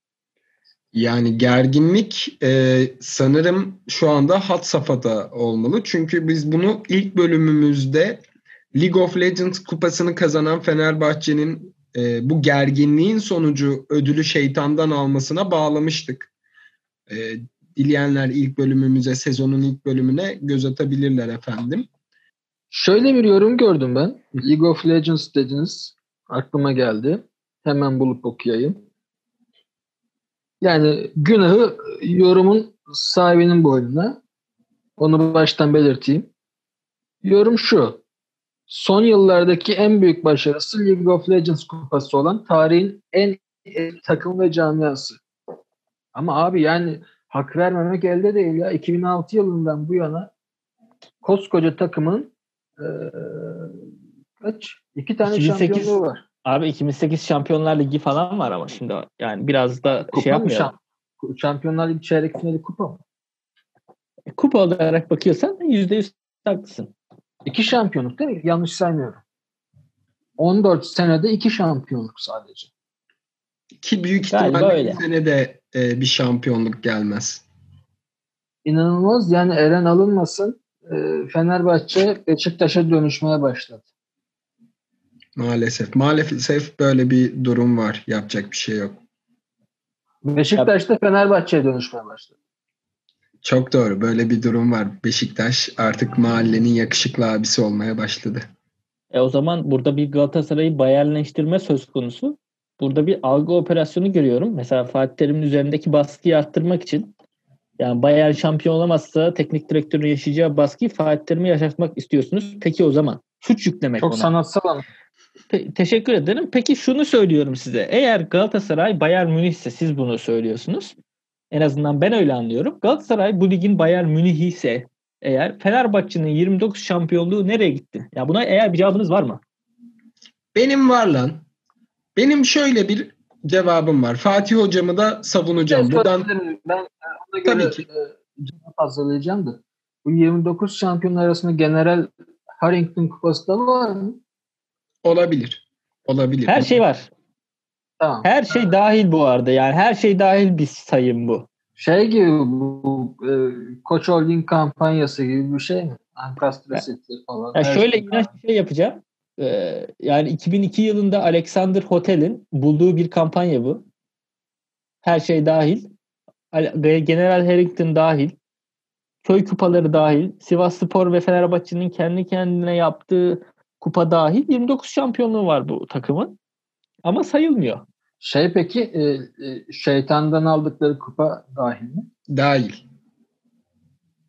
Yani gerginlik e, sanırım şu anda had safhada olmalı. Çünkü biz bunu ilk bölümümüzde League of Legends kupasını kazanan Fenerbahçe'nin e, bu gerginliğin sonucu ödülü şeytandan almasına bağlamıştık. E, dileyenler ilk bölümümüze, sezonun ilk bölümüne göz atabilirler efendim. Şöyle bir yorum gördüm ben. League of Legends dediniz. Aklıma geldi. Hemen bulup okuyayım. Yani günahı yorumun sahibinin boynuna. Onu baştan belirteyim. Yorum şu. Son yıllardaki en büyük başarısı League of Legends kupası olan tarihin en iyi takım ve camiası. Ama abi yani hak vermemek elde değil ya. iki bin altı yılından bu yana koskoca takımın ee, kaç? İki tane iki bin sekiz şampiyonluğu var. Abi iki bin sekiz Şampiyonlar Ligi falan var ama şimdi yani biraz da Kupa şey mı yapmayalım. şamp- Şampiyonlar Ligi çeyrek finali kupa mı? Kupa olarak bakıyorsan yüzde yüz haklısın. İki şampiyonluk değil mi? Yanlış saymıyorum. on dört senede iki şampiyonluk sadece. Ki büyük Galiba ihtimalle öyle. bu sene de e, bir şampiyonluk gelmez. İnanılmaz yani Eren alınmasın. E, Fenerbahçe Beşiktaş'a dönüşmeye başladı. Maalesef. Maalesef böyle bir durum var. Yapacak bir şey yok. Beşiktaş da Fenerbahçe'ye dönüşmeye başladı. Çok doğru. Böyle bir durum var. Beşiktaş artık mahallenin yakışıklı abisi olmaya başladı. E o zaman burada bir Galatasaray'ı Bayernleştirme söz konusu. Burada bir algı operasyonu görüyorum. Mesela Fatih Terim'in üzerindeki baskıyı arttırmak için, yani Bayern şampiyon olamazsa teknik direktörün yaşayacağı baskıyı Fatih Terim'e yaşatmak istiyorsunuz. Peki o zaman suç yüklemek Çok ona. sanatsal ama. Te- teşekkür ederim. Peki şunu söylüyorum size. Eğer Galatasaray Bayern Münih ise siz bunu söylüyorsunuz. En azından ben öyle anlıyorum. Galatasaray bu ligin Bayern Münih'i ise eğer, Fenerbahçe'nin yirmi dokuz şampiyonluğu nereye gitti? Ya buna eğer bir cevabınız var mı? Benim var lan. Benim şöyle bir cevabım var. Fatih hocamı da savunacağım. Buradan Ben ona göre Tabii ki. e, cevap hazırlayacağım da. Bu yirmi dokuz şampiyonlar arasında General Harrington kupası da var mı? olabilir. Olabilir. Her şey var. Tamam. Her şey dahil bu arada. Yani her şey dahil bir sayım bu. Şey gibi bu e, Koç Holding kampanyası gibi bir şey mi? Ankastre seti falan. Ya Her şöyle şey inanç bir şey yapacağım. Ee, yani iki bin iki yılında Alexander Hotel'in bulduğu bir kampanya bu. Her şey dahil. General Harrington dahil. Köy kupaları dahil. Sivasspor ve Fenerbahçe'nin kendi kendine yaptığı kupa dahil. yirmi dokuz şampiyonluğu var bu takımın. Ama sayılmıyor. Şey peki e, e, şeytandan aldıkları kupa dahil mi? Dahil.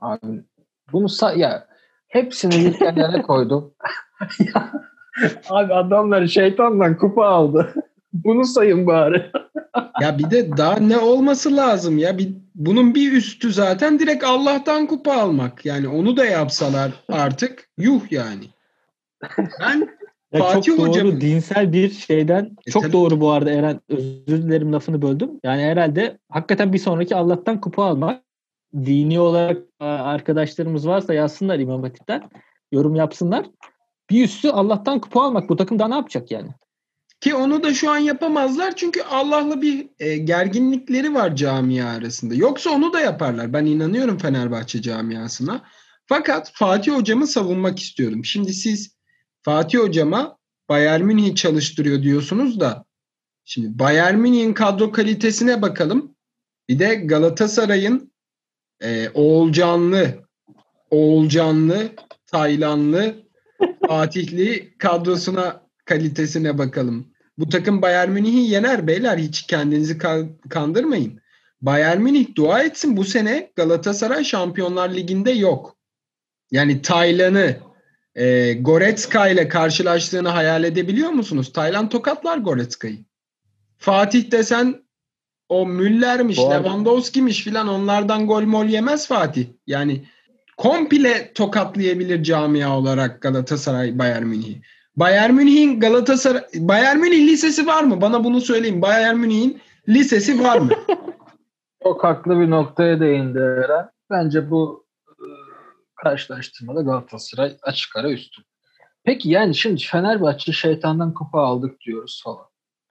Abi bunu sa- ya hepsini ilk yerlere koydum. Ya, abi adamlar şeytandan kupa aldı. Bunu sayın bari. Ya bir de daha ne olması lazım ya? Bir, bunun bir üstü zaten direkt Allah'tan kupa almak. Yani onu da yapsalar artık yuh yani. Ben Ya Fatih çok doğru hocam dinsel bir şeyden E çok tabii. doğru bu arada Eren, özür dilerim lafını böldüm. Yani herhalde hakikaten bir sonraki Allah'tan kupa almak, dini olarak e, arkadaşlarımız varsa yazsınlar İmam Hatip'ten, yorum yapsınlar. Bir üstü Allah'tan kupa almak, bu takım daha ne yapacak yani? Ki onu da şu an yapamazlar çünkü Allah'la bir e, gerginlikleri var camia arasında. Yoksa onu da yaparlar. Ben inanıyorum Fenerbahçe camiasına. Fakat Fatih hocamı savunmak istiyorum. Şimdi siz Fatih hocama Bayern Münih'i çalıştırıyor diyorsunuz da şimdi Bayern Münih'in kadro kalitesine bakalım. Bir de Galatasaray'ın e, Oğulcanlı, Oğulcanlı, Taylanlı, Fatihli kadrosuna, kalitesine bakalım. Bu takım Bayern Münih'i yener beyler. Hiç kendinizi kandırmayın. Bayern Münih dua etsin, bu sene Galatasaray Şampiyonlar Ligi'nde yok. Yani Taylan'ı e, Goretzka ile karşılaştığını hayal edebiliyor musunuz? Taylan tokatlar Goretzka'yı. Fatih desen o Müller'miş, Bu arada- Lewandowski'miş filan, onlardan gol mol yemez Fatih. Yani komple tokatlayabilir camia olarak Galatasaray Bayern Münih'i. Bayern Münih'in Galatasaray Bayern Münih lisesi var mı? Bana bunu söyleyin. Bayern Münih'in lisesi var mı? Çok haklı bir noktaya değindi Eren. Bence bu e, karşılaştırmada Galatasaray açık ara üstün. Peki yani şimdi Fenerbahçe şeytandan kupa aldık diyoruz falan.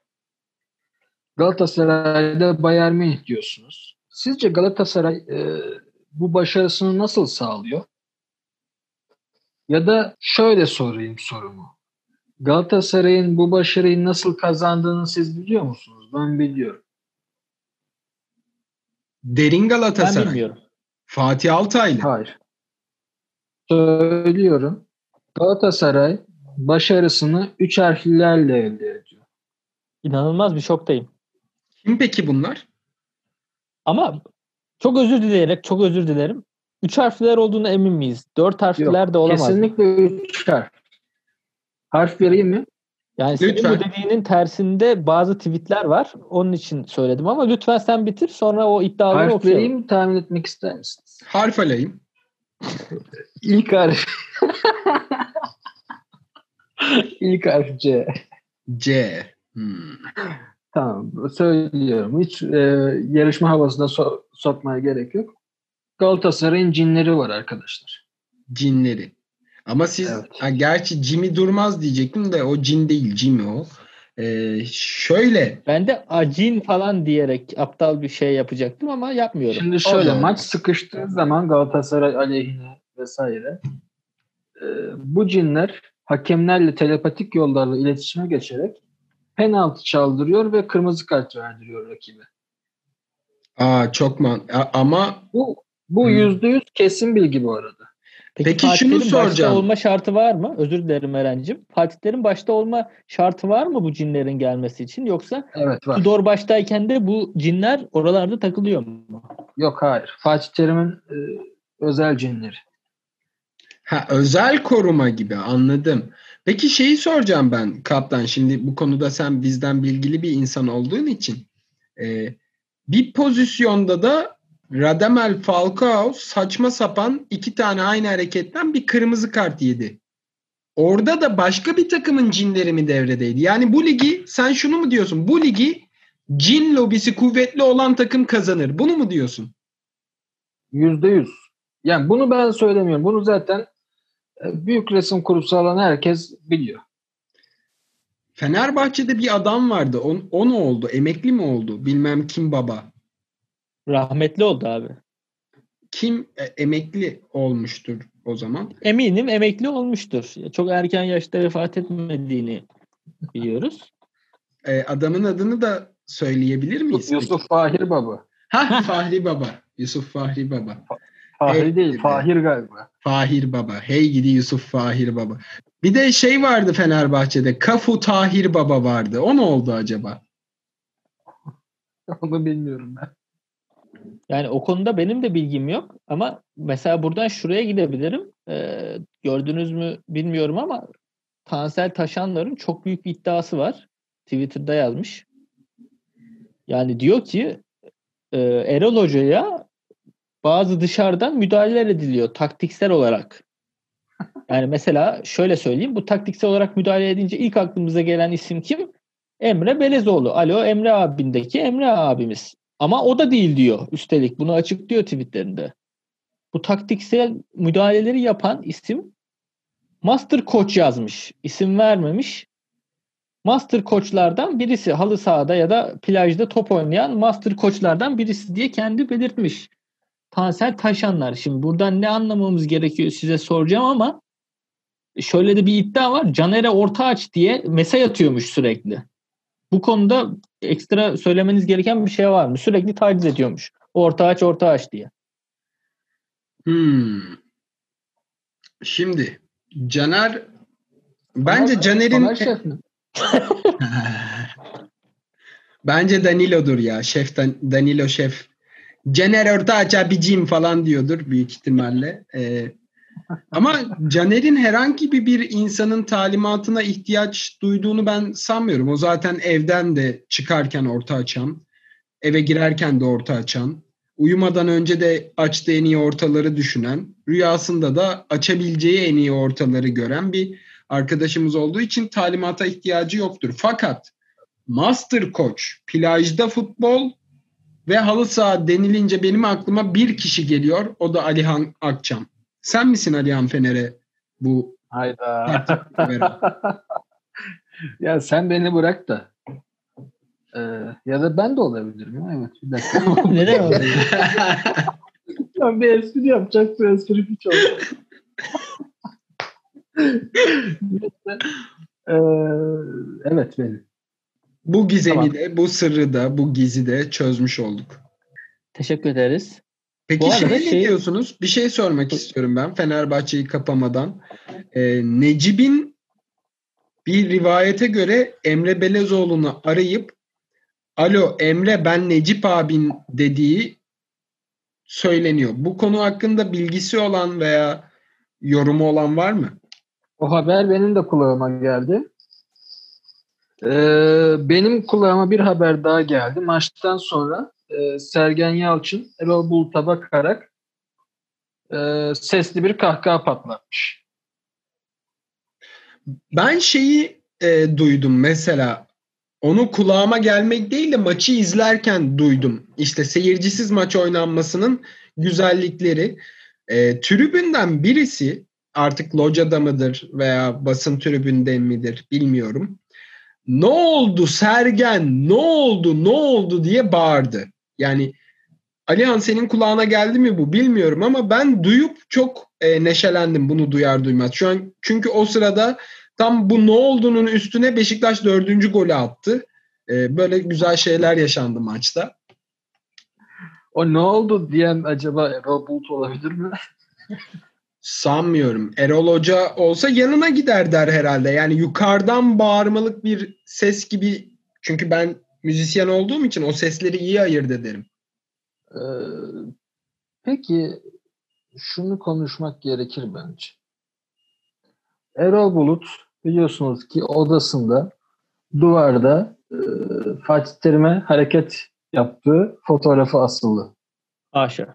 Galatasaray'da Bayern Münih diyorsunuz. Sizce Galatasaray e, bu başarısını nasıl sağlıyor? Ya da şöyle sorayım sorumu. Galatasaray'ın bu başarıyı nasıl kazandığını siz biliyor musunuz? Ben biliyorum. Derin Ben Galatasaray. bilmiyorum. Fatih Altaylı. Hayır. Söylüyorum. Galatasaray başarısını üç harflerle elde ediyor. İnanılmaz bir şoktayım. Kim peki bunlar? Ama çok özür dileyerek, çok özür dilerim. Üç harfler olduğuna emin miyiz? Dört harfler Yok. de olamaz. Kesinlikle üç harf. Harf vereyim mi? Yani senin Lütfen. bu dediğinin tersinde bazı tweetler var. Onun için söyledim ama lütfen sen bitir, sonra o iddiaları Harf okuyalım. vereyim mi, tahmin etmek ister misiniz? Harf alayım. İlk harf. İlk harf C. C. Hmm. Tamam, söylüyorum. Hiç e, yarışma havasına so- sokmaya gerek yok. Galatasaray'ın cinleri var arkadaşlar. Cinleri. Ama siz Evet. ha, gerçi Jimmy Durmaz diyecektim de o cin değil, Jimmy o. Ee, şöyle Ben de acin falan diyerek aptal bir şey yapacaktım ama yapmıyorum. Şimdi şöyle, O da maç olmaz. sıkıştığı zaman Galatasaray aleyhine vesaire e, bu cinler hakemlerle telepatik yollarla iletişime geçerek penaltı çaldırıyor ve kırmızı kart verdiriyor rakibe. Aa, çok man A- ama Bu bu Hmm. yüzde yüz kesin bilgi bu arada. Peki, Peki Fatih şunu Terim başta soracağım. olma şartı var mı? Özür dilerim Eren'cim. Fatih Terim başta olma şartı var mı bu cinlerin gelmesi için? Yoksa Evet, var. Tudor baştayken de bu cinler oralarda takılıyor mu? Yok, hayır. Fatih Terim'in e, özel cinleri. Ha, özel koruma gibi, anladım. Peki şeyi soracağım ben kaptan. Şimdi bu konuda sen bizden bilgili bir insan olduğun için e, bir pozisyonda da Radamel Falcao saçma sapan iki tane aynı hareketten bir kırmızı kart yedi. Orada da başka bir takımın cinleri mi devredeydi? Yani bu ligi sen şunu mu diyorsun? Bu ligi cin lobisi kuvvetli olan takım kazanır. Bunu mu diyorsun? Yüzde yüz. Yani bunu ben söylemiyorum. Bunu zaten e, büyük resim kursu alan herkes biliyor. Fenerbahçe'de bir adam vardı. O, o ne oldu? Emekli mi oldu? Bilmem kim baba. Rahmetli oldu abi. Kim e, emekli olmuştur o zaman? Eminim emekli olmuştur. Çok erken yaşta vefat etmediğini biliyoruz. E, adamın adını da söyleyebilir miyiz? Yusuf Fahir Baba. Ha, Fahri Baba. Yusuf Fahri Baba. Fahir Hey, değil, be. Fahir galiba. Fahir Baba. Hey gidi Yusuf Fahir Baba. Bir de şey vardı Fenerbahçe'de. Kafu Tahir Baba vardı. O ne oldu acaba? Onu bilmiyorum ben. Yani o konuda benim de bilgim yok ama mesela buradan şuraya gidebilirim. Ee, gördünüz mü bilmiyorum ama Tansel Taşanlar'ın çok büyük bir iddiası var. Twitter'da yazmış. Yani diyor ki e, Erol Hoca'ya bazı dışarıdan müdahaleler ediliyor taktiksel olarak. Yani mesela şöyle söyleyeyim. Bu taktiksel olarak müdahale edince ilk aklımıza gelen isim kim? Emre Belezoğlu. Alo Emre abindeki Emre abimiz. Ama o da değil diyor. Üstelik bunu açıklıyor tweetlerinde. Bu taktiksel müdahaleleri yapan isim Master Koç yazmış. İsim vermemiş. Master koçlardan birisi. Halı sahada ya da plajda top oynayan master koçlardan birisi diye kendi belirtmiş. Tansel Taşanlar. Şimdi buradan ne anlamamız gerekiyor size soracağım ama şöyle de bir iddia var. Caner'e orta aç diye mesaj atıyormuş sürekli. Bu konuda ekstra söylemeniz gereken bir şey var mı? Sürekli taciz ediyormuş. Orta aç orta aç diye. Hmm. Şimdi Caner bence Caner'in Şef mi? bence Danilo'dur ya. Şef Dan- Danilo şef. Caner Ortaç abicim falan diyordur büyük ihtimalle. Ee, ama Caner'in herhangi bir insanın talimatına ihtiyaç duyduğunu ben sanmıyorum. O zaten evden de çıkarken orta açan, eve girerken de orta açan, uyumadan önce de açtığı en iyi ortaları düşünen, rüyasında da açabileceği en iyi ortaları gören bir arkadaşımız olduğu için talimata ihtiyacı yoktur. Fakat Master Coach, plajda futbol ve halı saha denilince benim aklıma bir kişi geliyor. O da Alihan Akçam. Sen misin Alihan Fener'e bu Hayda. sertifika veren? Ya sen beni bırak da. Ee, ya da ben de olabilirim. Ya. Evet. Bir dakika. Neden oldu? Ben bir espri yapacaktım. Espri hiç olmadı. ee, evet benim. Bu gizemi Tamam. de, bu sırrı da, bu gizi de çözmüş olduk. Teşekkür ederiz. Peki Bu arada şey ne şey- diyorsunuz? Bir şey sormak istiyorum ben Fenerbahçe'yi kapamadan. Ee, Necip'in bir rivayete göre Emre Belezoğlu'nu arayıp "Alo Emre, ben Necip abin" dediği söyleniyor. Bu konu hakkında bilgisi olan veya yorumu olan var mı? O haber benim de kulağıma geldi. Ee, benim kulağıma bir haber daha geldi. Maçtan sonra e, Sergen Yalçın Erol Bulut'a bakarak e, sesli bir kahkaha patlatmış. Ben şeyi e, duydum mesela. Onu kulağıma gelmek değil de maçı izlerken duydum. İşte seyircisiz maç oynanmasının güzellikleri. E, tribünden birisi, artık locada mıdır veya basın tribünde midir bilmiyorum. "Ne oldu Sergen? Ne oldu? Ne oldu?" diye bağırdı. Yani Alihan, senin kulağına geldi mi bu bilmiyorum ama ben duyup çok e, neşelendim bunu duyar duymaz. Şu an çünkü o sırada tam bu "ne olduğunun" üstüne Beşiktaş dördüncü golü attı. E, böyle güzel şeyler yaşandı maçta. O "ne oldu" diyen acaba Erol Bulut olabilir mi? Sanmıyorum. Erol Hoca olsa yanına gider der herhalde. Yani yukarıdan bağırmalık bir ses gibi. Çünkü ben müzisyen olduğum için o sesleri iyi ayırt ederim. Ee, peki şunu konuşmak gerekir bence. Erol Bulut biliyorsunuz ki odasında duvarda e, Fatih Terim'e hareket yaptığı fotoğrafı asılı. Haşa.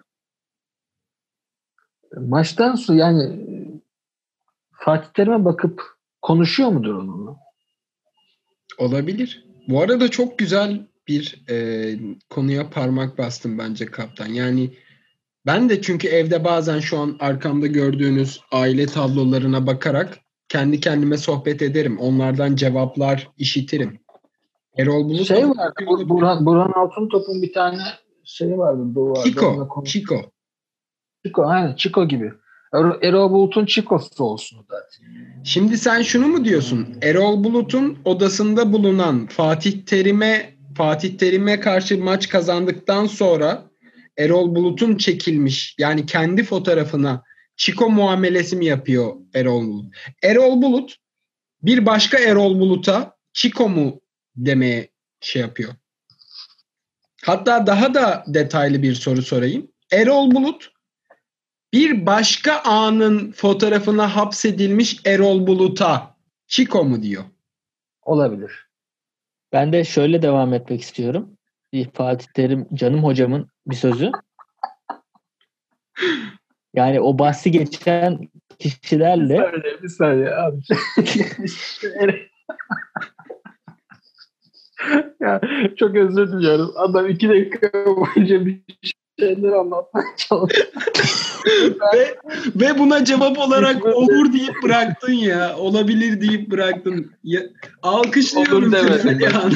Maçtan sonra yani e, Fatih Terim'e bakıp konuşuyor mudur onunla? Olabilir. Bu arada çok güzel bir e, konuya parmak bastım bence kaptan. Yani ben de çünkü evde bazen şu an arkamda gördüğünüz aile tablolarına bakarak kendi kendime sohbet ederim. Onlardan cevaplar işitirim. Erol Bulut Şey da vardı, Bur- Burhan, Burhan Altıntop'un bir tane şeyi vardı duvarda. Chico, Chico. Chico, aynen Chico gibi. Er- Erol Bulut'un Chico'su olsun zaten. Şimdi sen şunu mu diyorsun? Erol Bulut'un odasında bulunan Fatih Terim'e Fatih Terim'e karşı maç kazandıktan sonra Erol Bulut'un çekilmiş, yani kendi fotoğrafına Chico muamelesi mi yapıyor Erol Bulut? Erol Bulut bir başka Erol Bulut'a Chico mu demeye şey yapıyor. Hatta daha da detaylı bir soru sorayım. Erol Bulut bir başka anın fotoğrafına hapsedilmiş Erol Bulut'a Chico mu diyor? Olabilir. Ben de şöyle devam etmek istiyorum. Bir Fatih Terim canım hocamın bir sözü. Yani o bahsi geçen kişilerle Bir saniye, bir saniye abi. Ya, çok özür diliyorum. Adam iki dakika boyunca bir şeyler anlatmaya çalışıyor. ve, ve buna cevap olarak olur deyip bıraktın ya. Olabilir deyip bıraktın. Ya, alkışlıyorum Olur seni demedim. Alihan.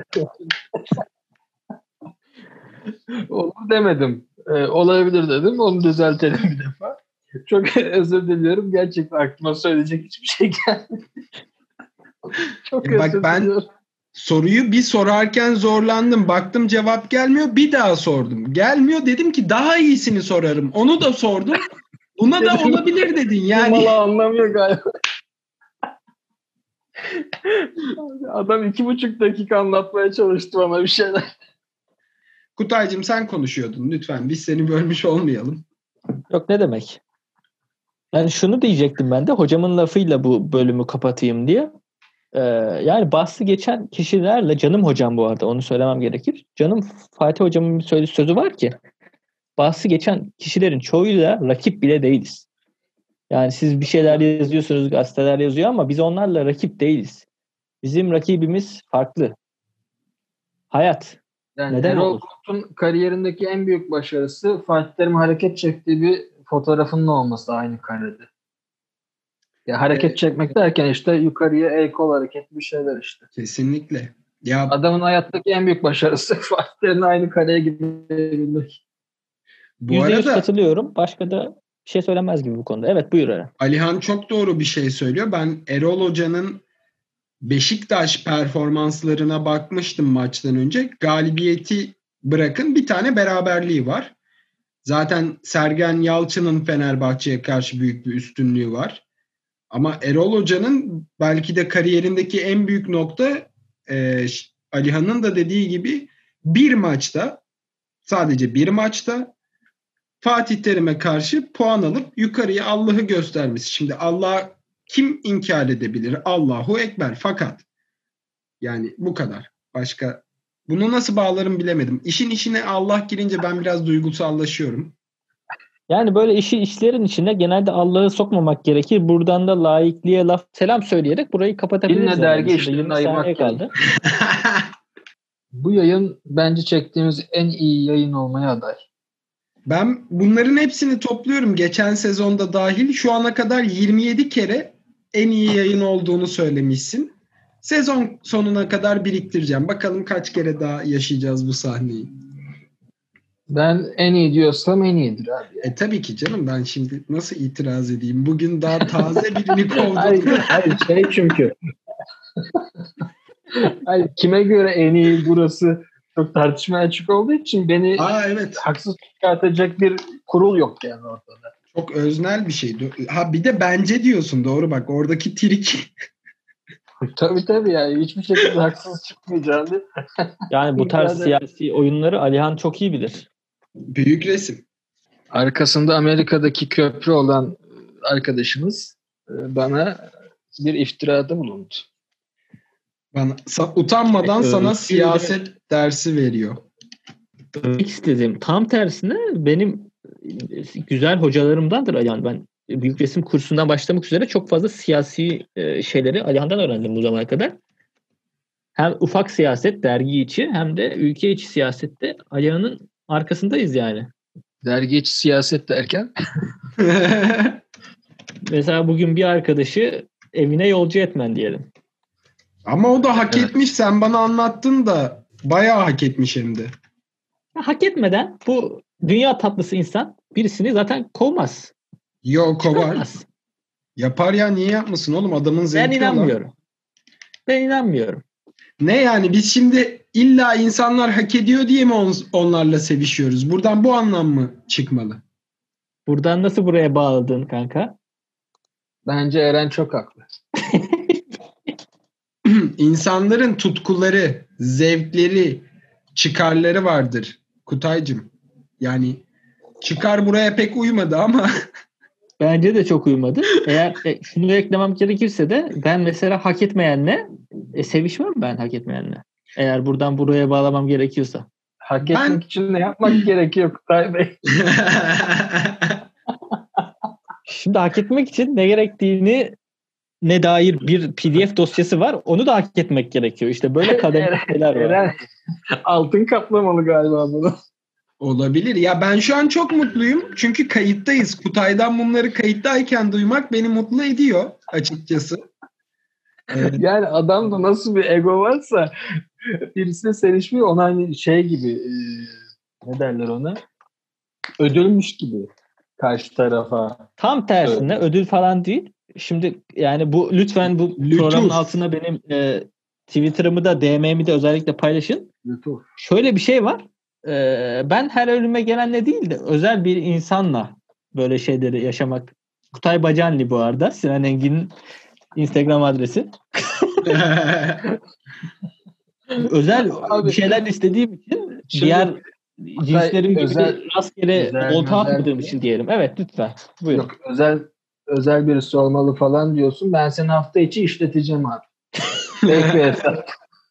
Olur demedim. Ee, olabilir dedim. Onu düzeltelim bir defa. Çok özür diliyorum. Gerçekten aklıma söyleyecek hiçbir şey gelmedi. Çok Ya bak, özür ben diliyorum. soruyu bir sorarken zorlandım. Baktım cevap gelmiyor. Bir daha sordum. Gelmiyor, dedim ki daha iyisini sorarım. Onu da sordum. Buna da olabilir dedin yani. Valla anlamıyor galiba. Adam iki buçuk dakika anlatmaya çalıştı bana bir şeyler. Kutaycığım sen konuşuyordun lütfen. Biz seni bölmüş olmayalım. yok ne demek? Yani şunu diyecektim ben de hocamın lafıyla bu bölümü kapatayım diye. Ee, yani bahsi geçen kişilerle canım hocam bu arada onu söylemem gerekir. Canım Fatih hocamın bir söylediği sözü var ki bahsi geçen kişilerin çoğuyla rakip bile değiliz. Yani siz bir şeyler yazıyorsunuz, gazeteler yazıyor ama biz onlarla rakip değiliz. Bizim rakibimiz farklı. Hayat. Yani Neden Erol olur? Bulut'un kariyerindeki en büyük başarısı Fatih Terim'in hareket çektiği bir fotoğrafının olması aynı karede. Ya hareket Evet. çekmek derken işte yukarıya el kol hareketi bir şeyler işte. Kesinlikle. Ya Adamın hayattaki en büyük başarısı Fatih Terim'le aynı kareye gidebilmek. bu yüzde yüz arada katılıyorum. Başka da bir şey söylenmez gibi bu konuda. Evet buyur Eren. Alihan çok doğru bir şey söylüyor. Ben Erol Hoca'nın Beşiktaş performanslarına bakmıştım maçtan önce. Galibiyeti bırakın, bir tane beraberliği var. Zaten Sergen Yalçın'ın Fenerbahçe'ye karşı büyük bir üstünlüğü var. Ama Erol Hoca'nın belki de kariyerindeki en büyük nokta e, Alihan'ın da dediği gibi bir maçta, sadece bir maçta Fatih Terim'e karşı puan alıp yukarıya Allah'ı göstermesi. Şimdi Allah kim inkar edebilir? Allahu Ekber. Fakat yani bu kadar. Başka bunu nasıl bağlarım bilemedim. İşin içine Allah girince ben biraz duygusallaşıyorum. Yani böyle işi işlerin içine genelde Allah'ı sokmamak gerekir. Buradan da laikliğe laf selam söyleyerek burayı kapatabiliriz. Dinle dergi Şurada işlerini yirmi saniye ayırmak kaldı. Bu yayın bence çektiğimiz en iyi yayın olmaya aday. Ben bunların hepsini topluyorum. Geçen sezonda dahil şu ana kadar yirmi yedi kere en iyi yayın olduğunu söylemişsin. Sezon sonuna kadar biriktireceğim. Bakalım kaç kere daha yaşayacağız bu sahneyi. Ben en iyi diyorsam en iyidir abi. E tabii ki canım, ben şimdi nasıl itiraz edeyim? Bugün daha taze birini kovdum. hayır, hayır şey çünkü. hayır, kime göre en iyi burası çok tartışmaya açık olduğu için beni Aa evet. haksız çıkartacak bir kurul yok yani ortada. Çok öznel bir şey. Ha bir de bence diyorsun, doğru bak oradaki trik. Tabii tabii yani hiçbir şekilde haksız çıkmayacağını. Yani bu tarz İddia siyasi oyunları Alihan çok iyi bilir. Büyük resim. Arkasında Amerika'daki köprü olan arkadaşımız bana bir iftirada bulundu. Bana sa- utanmadan Evet, sana öyle. siyaset dersi veriyor. Demek istediğim tam tersine benim güzel hocalarımdandır Alihan. Ben büyük resim kursundan başlamak üzere çok fazla siyasi e, şeyleri Alihan'dan öğrendim bu zamana kadar. Hem ufak siyaset dergi içi hem de ülke içi siyasette Alihan'ın arkasındayız yani. Dergi içi siyaset derken? Mesela bugün bir arkadaşı evine yolcu etmen diyelim. Ama o da hak Evet. etmiş. Sen bana anlattın da bayağı hak etmiş hem de. Hak etmeden bu dünya tatlısı insan birisini zaten kovmaz. Yok o var. Çıkartmaz. Yapar ya, niye yapmasın oğlum, adamın Ben zevki olan. inanmıyorum. Ben inanmıyorum. Ne yani, biz şimdi illa insanlar hak ediyor diye mi on- onlarla sevişiyoruz? Buradan bu anlam mı çıkmalı? Buradan nasıl buraya bağladın kanka? Bence Eren çok haklı. İnsanların tutkuları, zevkleri, çıkarları vardır Kutaycığım. Yani çıkar buraya pek uymadı ama Bence de çok uymadı. Eğer e, şunu eklemem gerekirse de ben mesela hak etmeyenle e, sevişmem ben hak etmeyenle. Eğer buradan buraya bağlamam gerekiyorsa. Hak Ben- etmek için ne yapmak gerekiyor Kutay Bey? Şimdi hak etmek için ne gerektiğini ne dair bir P D F dosyası var. Onu da hak etmek gerekiyor. İşte böyle kademeli şeyler var. Eren, altın kaplamalı galiba bunu. olabilir. Ya ben şu an çok mutluyum. Çünkü kayıttayız. Kutay'dan bunları kayıttayken duymak beni mutlu ediyor açıkçası. Ee, Yani adamda nasıl bir ego varsa birisine sevişmiyor. Ona hani şey gibi e, ne derler ona? Ödülmüş gibi karşı tarafa. Tam tersine Evet. ödül falan değil. Şimdi yani bu lütfen bu Lütuf. programın altına benim e, Twitter'ımı da D M'mi de özellikle paylaşın. Lütuf. Şöyle bir şey var. E, ben her ölüme gelenle değil de özel bir insanla böyle şeyleri yaşamak. Kutay Bacanli bu arada. Sinan Engin'in Instagram adresi. Özel Abi, bir şeyler istediğim için şimdi diğer cinslerim gibi özel- rastgele özel- olta özel atmadığım bir- için diyelim. Evet lütfen. Buyurun. yok özel özel birisi olmalı falan diyorsun. Ben seni hafta içi işleteceğim abi. Tek bir hesap.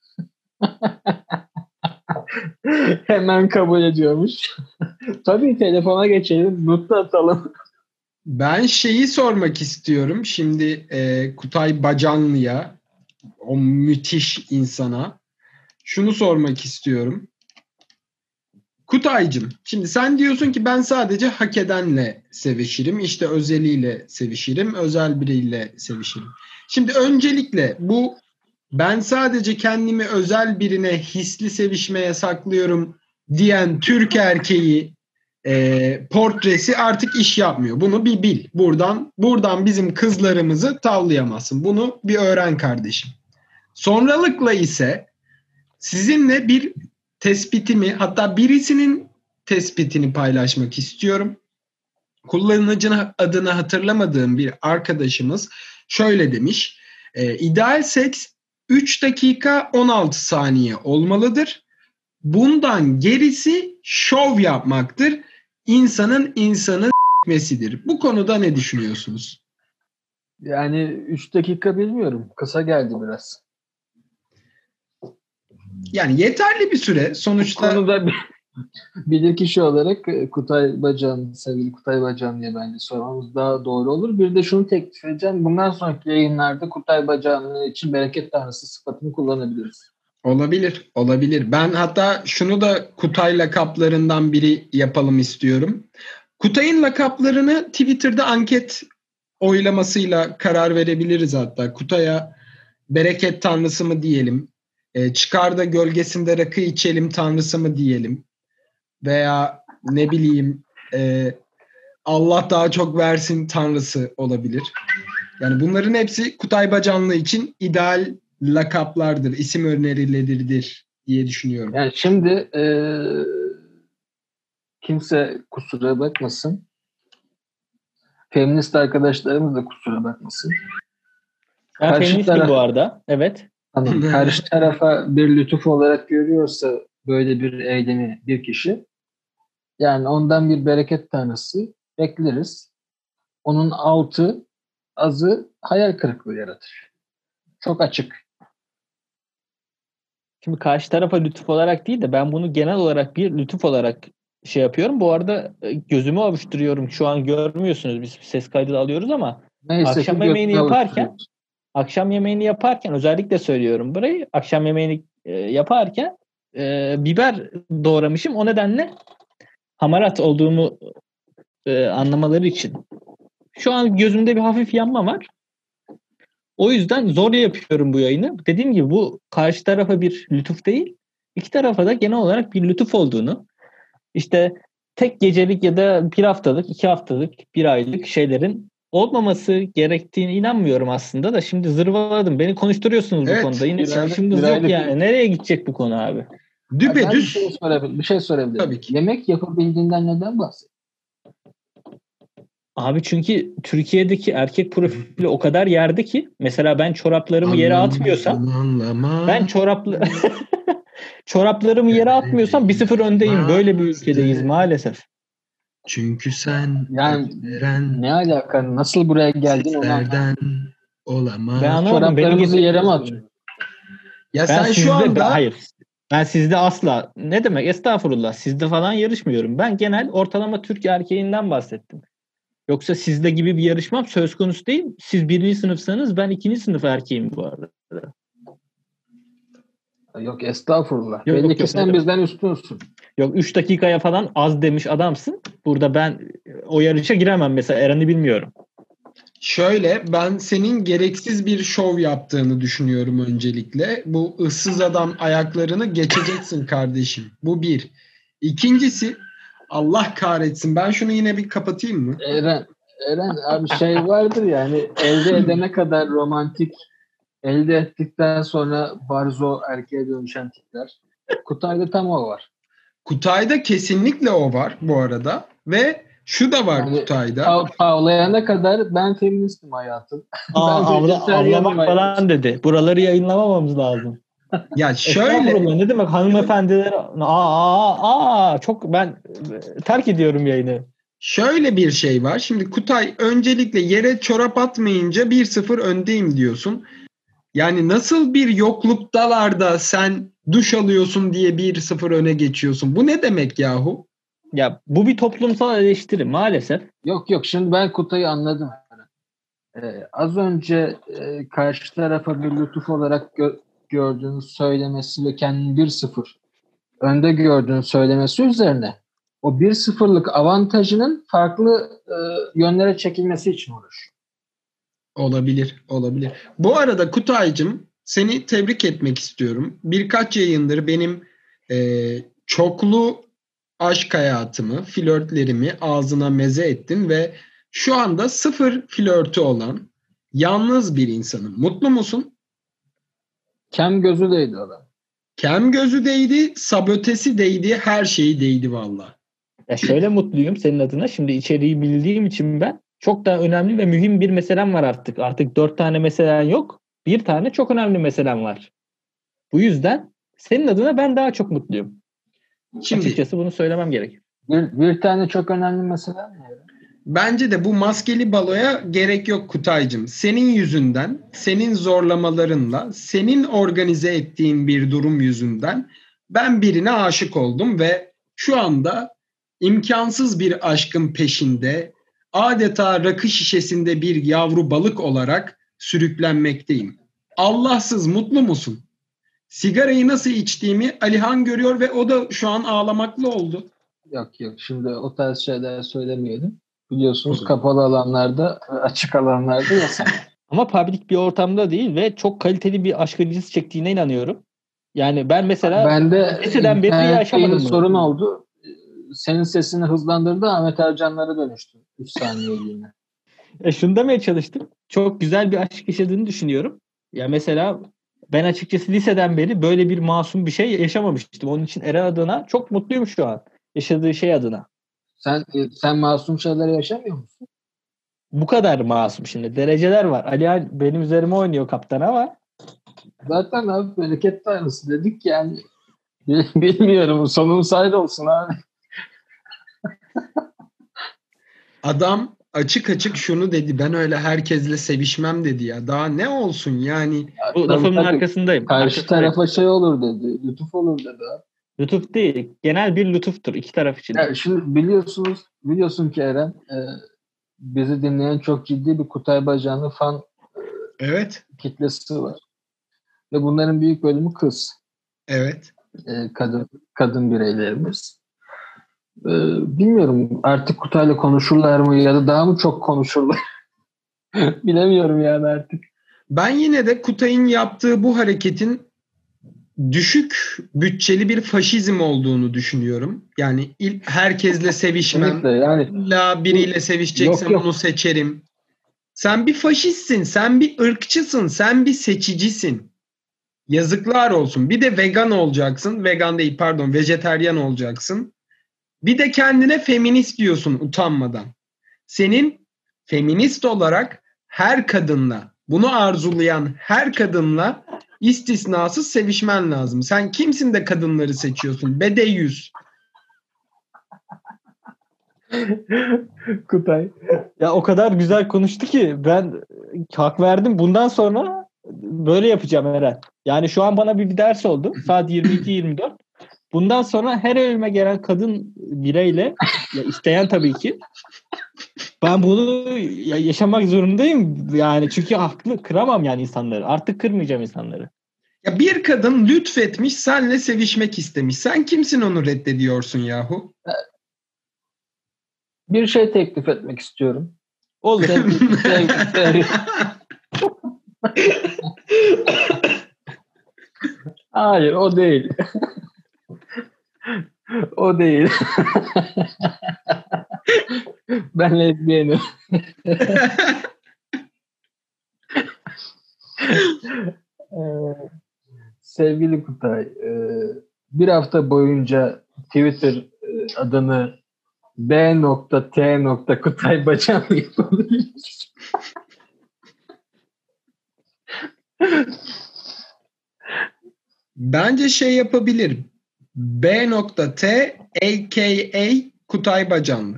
Hemen kabul ediyormuş. Tabii telefona geçelim. Mutlu atalım. Ben şeyi sormak istiyorum. Şimdi e, Kutay Bacanlı'ya, o müthiş insana şunu sormak istiyorum. Kutaycığım, şimdi sen diyorsun ki ben sadece hak edenle sevişirim. İşte özeliyle sevişirim, özel biriyle sevişirim. Şimdi öncelikle bu ben sadece kendimi özel birine hisli sevişmeye saklıyorum diyen Türk erkeği e, portresi artık iş yapmıyor. Bunu bir bil. Buradan buradan bizim kızlarımızı tavlayamazsın. Bunu bir öğren kardeşim. Sonralıkla ise sizinle bir tespitimi, hatta birisinin tespitini paylaşmak istiyorum. Kullanıcının adını hatırlamadığım bir arkadaşımız şöyle demiş. E, ideal seks üç dakika on altı saniye olmalıdır. Bundan gerisi şov yapmaktır. İnsanın insanı s**mesidir. Bu konuda ne düşünüyorsunuz? Yani üç dakika bilmiyorum. Kısa geldi biraz. Yani yeterli bir süre. Bu Sonuçta konuda bir, bilirkişi olarak e, Kutay Bacan, sevgili Kutay Bacan diye bence sormamız daha doğru olur. Bir de şunu teklif edeceğim. Bundan sonraki yayınlarda Kutay Bacan için bereket tanrısı sıfatını kullanabiliriz. olabilir, olabilir. Ben hatta şunu da Kutay lakaplarından biri yapalım istiyorum. Kutay'ın lakaplarını Twitter'da anket oylamasıyla karar verebiliriz hatta. Kutay'a bereket tanrısı mı diyelim? E, çıkarda gölgesinde rakı içelim tanrısı mı diyelim? Veya ne bileyim e, Allah daha çok versin tanrısı olabilir. Yani bunların hepsi Kutay Bacanlı için ideal lakaplardır, isim önerileridir diye düşünüyorum. Yani şimdi e, kimse kusura bakmasın. Feminist arkadaşlarımız da kusura bakmasın. Ben Karşı feministim taraf- bu arada. Evet. Tamam. Karşı tarafa bir lütuf olarak görüyorsa böyle bir eylemi bir kişi, yani ondan bir bereket tanrısı bekleriz. Onun altı, azı hayal kırıklığı yaratır. Çok açık. Şimdi karşı tarafa lütuf olarak değil de ben bunu genel olarak bir lütuf olarak şey yapıyorum. Bu arada e, gözümü avuşturuyorum. Şu an görmüyorsunuz. Biz ses kaydı da alıyoruz ama Neyse akşam ki yemeğini götüne yaparken oturuyoruz. akşam yemeğini yaparken özellikle söylüyorum burayı. Akşam yemeğini e, yaparken e, biber doğramışım. O nedenle hamarat olduğumu e, anlamaları için. Şu an gözümde bir hafif yanma var. O yüzden zor yapıyorum bu yayını. Dediğim gibi bu karşı tarafa bir lütuf değil. İki tarafa da genel olarak bir lütuf olduğunu, işte tek gecelik ya da bir haftalık, iki haftalık, bir aylık şeylerin olmaması gerektiğine inanmıyorum aslında da şimdi zırvaladım. Beni konuşturuyorsunuz Evet, bu konuda. Yine bir aylık- çıkışımız bir yok aylık- yani. Nereye gidecek bu konu abi? Ben bir Düpedüz şey sorabilirim. Bir şey sorabilirim. Tabii ki. Yemek yapabildiğinden neden bahsediyorsun? Abi çünkü Türkiye'deki erkek profili o kadar yerde ki mesela ben çoraplarımı yere Anlam- atmıyorsam anlama. ben çoraplı çoraplarımı yere atmıyorsam bir sıfır öndeyim. Böyle bir ülkedeyiz maalesef. Çünkü sen Yani veren ne alaka? Nasıl buraya geldin onu anlamadım. seslerden olamaz. Ben anlamadım. Beni Çoraplarımızı yere mi getiriyorsunuz. atıyorsun? Ya Ben sen sizde, şu anda ben- hayır. Ben sizde asla, ne demek estağfurullah, sizde falan yarışmıyorum. Ben genel ortalama Türk erkeğinden bahsettim. Yoksa sizde gibi bir yarışmam söz konusu değil. Siz birinci sınıfsanız ben ikinci sınıf erkeğim bu arada. Yok estağfurullah. Yok, Belli yok, ki yok, sen ne bizden üstünsün. Yok üç dakikaya falan az demiş adamsın. Burada ben o yarışa giremem mesela. Eren'i bilmiyorum. şöyle, ben senin gereksiz bir şov yaptığını düşünüyorum öncelikle. Bu ıssız adam ayaklarını geçeceksin kardeşim. Bu bir. İkincisi, Allah kahretsin. Ben şunu yine bir kapatayım mı? Eren, Eren abi şey vardır yani elde edene kadar romantik, elde ettikten sonra barzo erkeğe dönüşen tipler. Kutay'da tam o var. Kutay'da kesinlikle o var bu arada. Ve şu da var Yani Kutay'da. Pav- Pavlayana kadar ben feministim hayatım. Aa, Ben avla, vejetaryenim avlamak hayatım. falan dedi. Buraları yayınlamamamız lazım. Ya şöyle, Estağfurullah, ne demek hanımefendiler? Aa, aa, aa, çok ben e, terk ediyorum yayını. şöyle bir şey var. Şimdi Kutay öncelikle yere çorap atmayınca bir sıfır öndeyim diyorsun. Yani nasıl bir yokluktalarda sen duş alıyorsun diye bir sıfır öne geçiyorsun? Bu ne demek yahu? Ya bu bir toplumsal eleştiri maalesef. Yok yok şimdi ben Kutay'ı anladım. Ee, az önce e, karşı tarafa bir lütuf olarak gö- gördüğünü söylemesi ve kendini bir sıfır önde gördüğünü söylemesi üzerine o bir sıfırlık avantajının farklı e, yönlere çekilmesi için uğraşıyor. Olabilir, olabilir. Bu arada Kutaycığım, seni tebrik etmek istiyorum. Birkaç yayındır benim e, çoklu aşk hayatımı, flörtlerimi ağzına meze ettin ve şu anda sıfır flörtü olan yalnız bir insanım. Mutlu musun? Kem gözü değdi adam. Kem gözü değdi, sabotesi değdi, her şeyi değdi valla. Ya şöyle mutluyum senin adına. Şimdi içeriği bildiğim için ben çok daha önemli ve mühim bir meselem var artık. Artık dört tane meselen yok. Bir tane çok önemli meselem var. Bu yüzden senin adına ben daha çok mutluyum. Şimdi Açıkçası bunu söylemem gerek. Bir, bir tane çok önemli mesele mi? bence de bu maskeli baloya gerek yok Kutaycığım. Senin yüzünden, senin zorlamalarınla, senin organize ettiğin bir durum yüzünden ben birine aşık oldum ve şu anda imkansız bir aşkın peşinde, adeta rakı şişesinde bir yavru balık olarak sürüklenmekteyim. Allahsız mutlu musun? Sigarayı nasıl içtiğimi Alihan görüyor ve o da şu an ağlamaklı oldu. Yok yok şimdi o tarz şeyler söylemeyelim. Biliyorsunuz Olur. kapalı alanlarda, açık alanlarda yasak. Ama public bir ortamda değil ve çok kaliteli bir aşk acısı çektiğine inanıyorum. Yani ben mesela Ben de liseden beri internet yaşamadım yayını bunu. sorun oldu. Senin sesini hızlandırdı, Ahmet Ercanlara dönüştü. üç saniyeliğine. E şunu demeye çalıştım. Çok güzel bir aşk yaşadığını düşünüyorum. Ya mesela ben açıkçası liseden beri böyle bir masum bir şey yaşamamıştım. Onun için Eren adına çok mutluyum şu an. Yaşadığı şey adına. Sen sen masum şeyler yaşamıyor musun? Bu kadar masum şimdi. Dereceler var. Ali benim üzerime oynuyor kaptan ama Zaten abi bereket tanrısı dedik yani. Bilmiyorum. Sonumuz hayır olsun abi. Adam açık açık şunu dedi. Ben öyle herkesle sevişmem dedi ya. Daha ne olsun yani. bu Tabii, lafımın tabii. arkasındayım. Karşı Arkasındayım. tarafa şey olur dedi. Lütuf olur dedi abi. Lütuf değil. Genel bir lütuftur iki taraf için. Yani şimdi biliyorsunuz, biliyorsun ki Eren e, bizi dinleyen çok ciddi bir Kutay Bacanlı fan Evet. kitlesi var. Ve bunların büyük bölümü kız. Evet. E, kadın kadın bireylerimiz. E, bilmiyorum artık Kutay'la konuşurlar mı ya da daha mı çok konuşurlar? Bilemiyorum yani artık. Ben yine de Kutay'ın yaptığı bu hareketin düşük bütçeli bir faşizm olduğunu düşünüyorum. Yani ilk herkesle sevişmem. Kesinlikle yani. İlla biriyle sevişeceksem Yok, yok. onu seçerim. Sen bir faşistsin, sen bir ırkçısın, sen bir seçicisin. Yazıklar olsun. Bir de vegan olacaksın. Vegan değil pardon, vejeteryan olacaksın. Bir de kendine feminist diyorsun utanmadan. Senin feminist olarak her kadınla, bunu arzulayan her kadınla İstisnasız sevişmen lazım. Sen kimsin de kadınları seçiyorsun? Bedeyyüz. Kutay. Ya o kadar güzel konuştu ki ben hak verdim. Bundan sonra böyle yapacağım Eren. Yani şu an bana bir, bir ders oldu. Saat yirmi iki yirmi dört. Bundan sonra her önüme gelen kadın bireyle, ya isteyen tabii ki, ben bunu ya- yaşamak zorundayım. Yani çünkü haklı, kıramam yani insanları. Artık kırmayacağım insanları. Ya bir kadın lütfetmiş, senle sevişmek istemiş. Sen kimsin onu reddediyorsun yahu? Bir şey teklif etmek istiyorum. Olur. Sevgili, sevgili, sevgili. Hayır, o değil. O değil. Ben lezbiyenim. Ee, sevgili Kutay, e, bir hafta boyunca Twitter e, adını B T Kutay Bacan yapabiliriz. Bence şey yapabilir. B T A K A Kutay Bacanlı.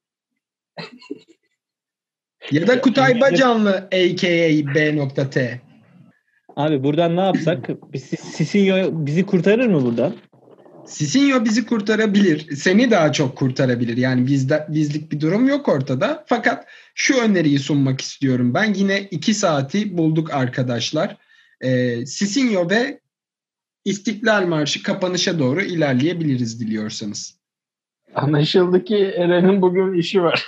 Ya da Kutay Bacanlı A K A B T. Abi buradan ne yapsak? Biz- Sisinho bizi kurtarır mı buradan? Sisinho bizi kurtarabilir. Seni daha çok kurtarabilir. Yani bizde, bizlik bir durum yok ortada. Fakat şu öneriyi sunmak istiyorum. Ben yine iki saati bulduk arkadaşlar. Ee, Sisinho ve İstiklal Marşı kapanışa doğru ilerleyebiliriz diliyorsanız. Anlaşıldı ki Eren'in bugün işi var.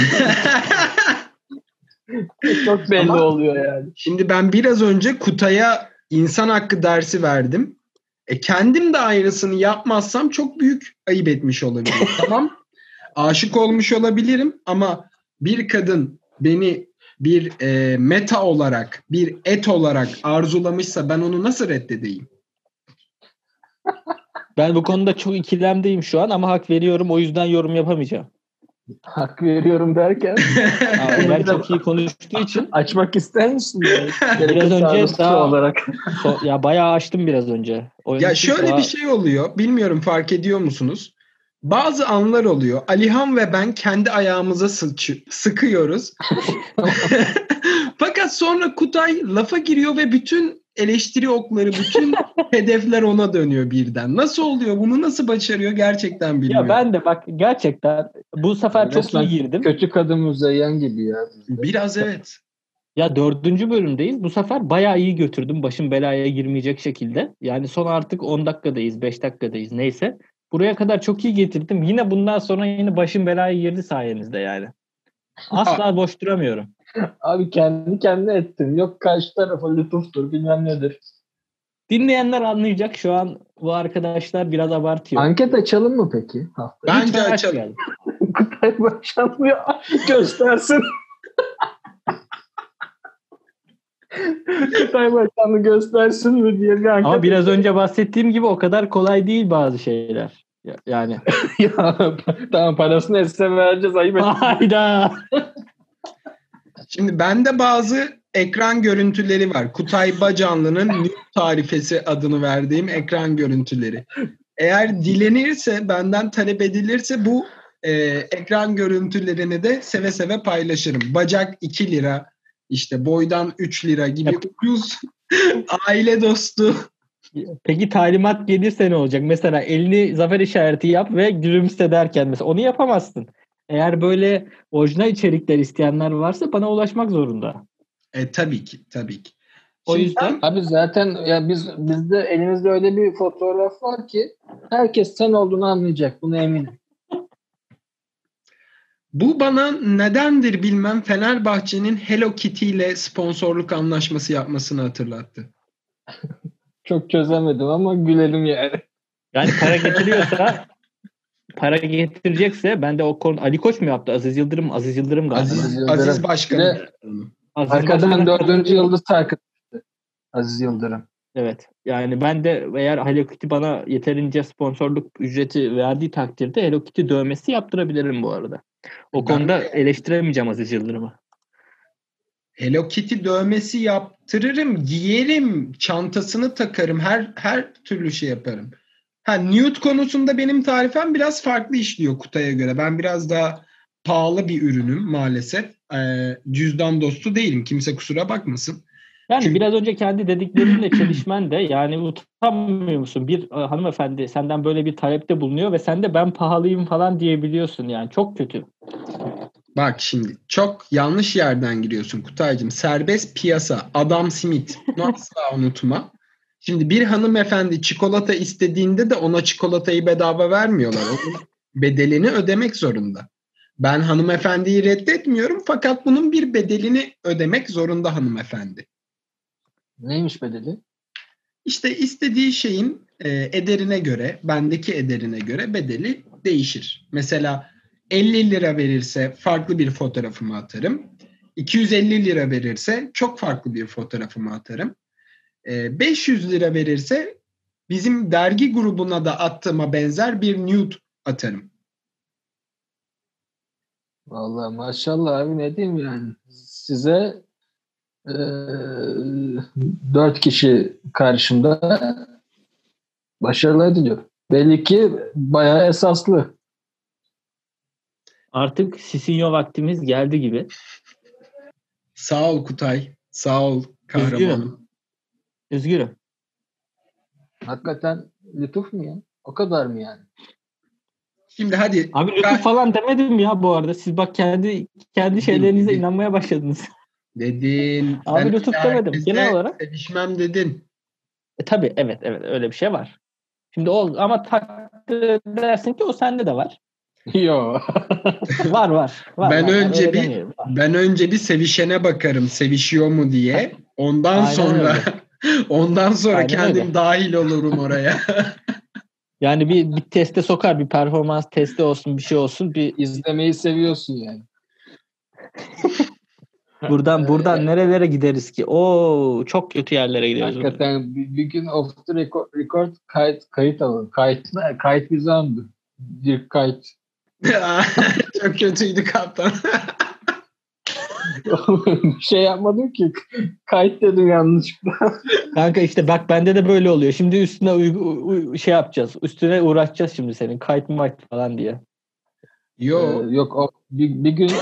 Çok belli Ama oluyor yani. şimdi ben biraz önce Kutay'a insan hakkı dersi verdim. E kendim de aynısını yapmazsam çok büyük ayıp etmiş olabilirim. Tamam. Aşık olmuş olabilirim ama bir kadın beni bir e, meta olarak, bir et olarak arzulamışsa ben onu nasıl reddedeyim? Ben bu konuda çok ikilemdeyim şu an ama hak veriyorum. O yüzden yorum yapamayacağım. Hak veriyorum derken Aa, Eren çok iyi konuştuğu için açmak ister misin? biraz önce daha olarak. so, ya bayağı açtım biraz önce. Onun Ya için şöyle daha- bir şey oluyor. Bilmiyorum fark ediyor musunuz? Bazı anlar oluyor. Alihan ve ben kendi ayağımıza sıçı- sıkıyoruz. Fakat sonra Kutay lafa giriyor ve bütün eleştiri okları, bütün hedefler ona dönüyor birden. Nasıl oluyor? Bunu nasıl başarıyor? Gerçekten bilmiyorum. Ya ben de bak gerçekten bu sefer çok Resmen iyi girdim. Kötü kadın Müzeyyen gibi ya. bizde. Biraz evet. Ya dördüncü bölümdeyiz. Bu sefer bayağı iyi götürdüm. Başım belaya girmeyecek şekilde. Yani son artık on dakikadayız, beş dakikadayız neyse. Buraya kadar çok iyi getirdim. Yine bundan sonra yine başım belaya girdi sayenizde yani. Asla boş duramıyorum. Abi kendi kendine ettin. Yok karşı tarafa lütuftur bilmem nedir. Dinleyenler anlayacak. Şu an bu arkadaşlar biraz abartıyor. Anket açalım mı peki? Haftaya? Bence Lütfen açalım. açmayalım. Kutay Başanlı'yı göstersin. Kutay Başanlı göstersin mi diye bir anket. Ama biraz önce bahsettiğim gibi o kadar kolay değil bazı şeyler. Ya- Yani. ya, tamam parasını etse vereceğiz ayıp et. Hayda. Şimdi bende bazı ekran görüntüleri var. Kutay Bacanlı'nın nude tarifesi adını verdiğim ekran görüntüleri. Eğer dilenirse, benden talep edilirse bu e, ekran görüntülerini de seve seve paylaşırım. Bacak iki lira, işte boydan üç lira gibi ucuz aile dostu. Peki talimat gelirse ne olacak? Mesela elini zafer işareti yap ve gülümse derken mesela onu yapamazsın. Eğer böyle orijinal içerikler isteyenler varsa bana ulaşmak zorunda. E, tabii ki, tabii ki. O Şimdi yüzden Abi zaten ya biz bizde elimizde öyle bir fotoğraf var ki herkes sen olduğunu anlayacak. Buna eminim. bu bana nedendir bilmem Fenerbahçe'nin Hello Kitty ile sponsorluk anlaşması yapmasını hatırlattı. Çok çözemedim ama gülelim yani. yani para getiriyorsa para getirecekse ben de o konu Ali Koç mu yaptı? Aziz Yıldırım Aziz Yıldırım galiba. Aziz, Yıldırım. Aziz Başkanım. Bir de Aziz Arkadan Başkan'ın- dördüncü yıldız sarkıttı. Aziz Yıldırım. Evet. Yani ben de eğer Hello Kitty bana yeterince sponsorluk ücreti verdiği takdirde Hello Kitty dövmesi yaptırabilirim bu arada. O Ben konuda de- eleştiremeyeceğim Aziz Yıldırım'ı. Hello Kitty dövmesi yaptırırım, giyerim, çantasını takarım, her her türlü şey yaparım. Ha, nude konusunda benim tarifem biraz farklı işliyor Kutay'a göre. Ben biraz daha pahalı bir ürünüm maalesef. Ee, cüzdan dostu değilim. Kimse kusura bakmasın. Yani Çünkü- biraz önce kendi dediklerinle çelişmen de, yani utanmıyor musun? Bir e, hanımefendi senden böyle bir talepte bulunuyor ve sen de ben pahalıyım falan diyebiliyorsun, yani çok kötü. Bak şimdi çok yanlış yerden giriyorsun Kutaycığım. Serbest piyasa, Adam Smith. Bunu asla unutma. Şimdi bir hanımefendi çikolata istediğinde de ona çikolatayı bedava vermiyorlar. Onun bedelini ödemek zorunda. Ben hanımefendiyi reddetmiyorum fakat bunun bir bedelini ödemek zorunda hanımefendi. Neymiş bedeli? İşte istediği şeyin e, ederine göre, bendeki ederine göre bedeli değişir. Mesela elli lira verirse farklı bir fotoğrafımı atarım. iki yüz elli lira verirse çok farklı bir fotoğrafımı atarım. E, beş yüz lira verirse bizim dergi grubuna da attığıma benzer bir nude atarım. Vallahi maşallah abi, ne diyeyim yani. Size e, dört kişi karşımda başarılar diliyorum. Belli ki bayağı esaslı. Artık Sisinyo vaktimiz geldi gibi. Sağ ol Kutay. Sağ ol kahramanım. Üzgünüm. Üzgünüm. Hakikaten lütuf mu ya? O kadar mı yani? Şimdi hadi. Abi lütuf falan demedim ya bu arada. Siz bak kendi kendi şeylerinize Dedin. inanmaya başladınız. Dedin. Abi Sen lütuf demedim. herkese Genel olarak. sevişmem dedin. E tabii, evet evet, öyle bir şey var. Şimdi o ama takdir dersin ki o sende de var. Yok. Var var. var Ben var, var. önce Öyle bir demiyorum. Var. ben önce bir sevişene bakarım, sevişiyor mu diye. Ondan Aynen sonra öyle. ondan sonra Aynen kendim öyle. dahil olurum oraya. Yani bir, bir teste sokar, bir performans testi olsun, bir şey olsun. Bir İzlemeyi seviyorsun yani. buradan buradan nerelere gideriz ki? Oo, çok kötü yerlere gidiyoruz. Hakikaten bir, bir gün off the record, record kayıt, kayıt alalım. Kayıt, kayıt bizandı. Bir kayıt. Çok kötüydü kaptan. Bir şey yapmadım ki. Kayıt dedim yanlışlıkla. Kanka işte bak, bende de böyle oluyor. Şimdi üstüne uygu, uy- şey yapacağız. Üstüne uğraşacağız şimdi senin. Kayıt mı mayt falan diye. Yo. Ee, yok o bir, bir gün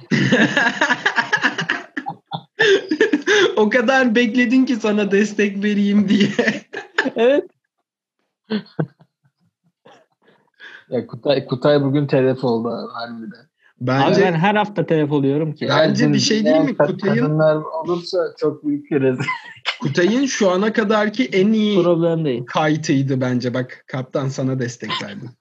O kadar bekledin ki sana destek vereyim diye. Evet. ya Kutay, Kutay bugün telef oldu harbiden. Bence Abi ben her hafta telef oluyorum ki. Bence bir şey değil mi? Kad- Kutay'ın- Kadınlar olursa çok büyük bir rezil. Kutay'ın şu ana kadarki en iyi Problem değil. kayıtıydı bence. Bak kaptan sana destek verdim.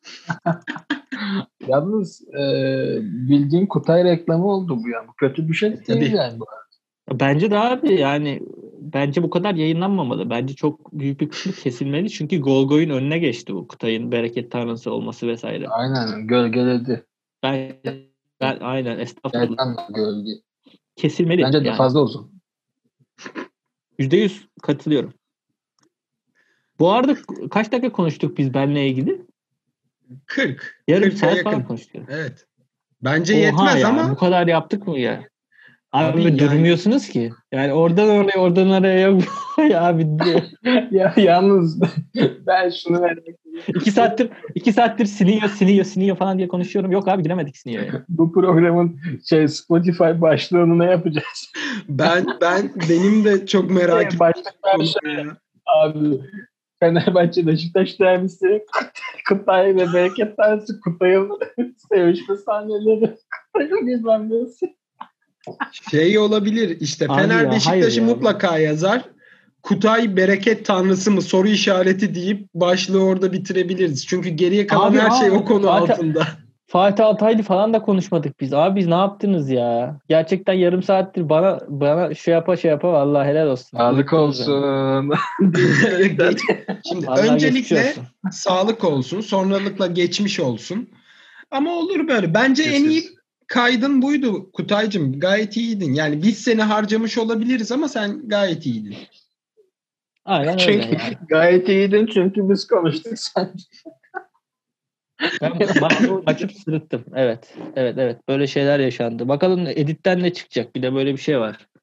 Yalnız e, bildiğin Kutay reklamı oldu bu ya. Bu kötü bir şey değil Tabii. yani bu. Bence de abi, yani bence bu kadar yayınlanmamalı. Bence çok büyük bir kısmı kesilmeli. Çünkü Golgoy'un önüne geçti bu Kutay'ın bereket tanrısı olması vesaire. Aynen gölgeledi. Ben, ben aynen estağfurullah. Gerçekten gölge. Kesilmeli. Bence de yani. fazla uzun. yüzde yüz katılıyorum. Bu arada kaç dakika konuştuk biz benle ilgili? kırk. Yarım kırka saat yakın. falan konuştuk. Evet. Bence Oha yetmez ya, ama bu kadar yaptık mı ya? Abi, Abi yani- durmuyorsunuz ki. Yani oradan oraya oradan oraya yok. ya abi ya yalnız ben şunu merak ediyorum. iki saattir iki saattir siniyor siniyor siniyor falan diye konuşuyorum. Yok abi, giremedik siniyor ya. Bu programın şey Spotify başlığını ne yapacağız? ben ben benim de çok merak ettiğim Başlıklar konu şey ya. abi. Fenerbahçe Beşiktaş derbisi, Kutay ve Bereket Tanrısı, Kutay'ın sevişme sahneleri, Kutay'ın bilmem nesi. Şey olabilir işte Abi Fener ya, Beşiktaş'ı hayır ya. mutlaka yazar. Kutay bereket tanrısı mı soru işareti deyip başlığı orada bitirebiliriz. Çünkü geriye kalan Abi, her şey aa, o konu Fatih- altında. Fatih Altaylı falan da konuşmadık biz. Abi biz ne yaptınız ya? Gerçekten yarım saattir bana bana şey yapa şey yapa, vallahi helal olsun. Sağlık Uyuttunuz beni. olsun. Geç- Şimdi Vallahi geçmiş öncelikle olsun. sağlık olsun, sonralıkla geçmiş olsun. Ama olur böyle. Bence en iyi kaydın buydu Kutaycığım. Gayet iyiydin. Yani biz seni harcamış olabiliriz ama sen gayet iyiydin. Aynen öyle Çünkü yani. gayet iyiydin çünkü biz konuştuk sen. Ben ba- açıp sırıttım. Evet. Evet evet. Böyle şeyler yaşandı. Bakalım editten ne çıkacak? Bir de böyle bir şey var.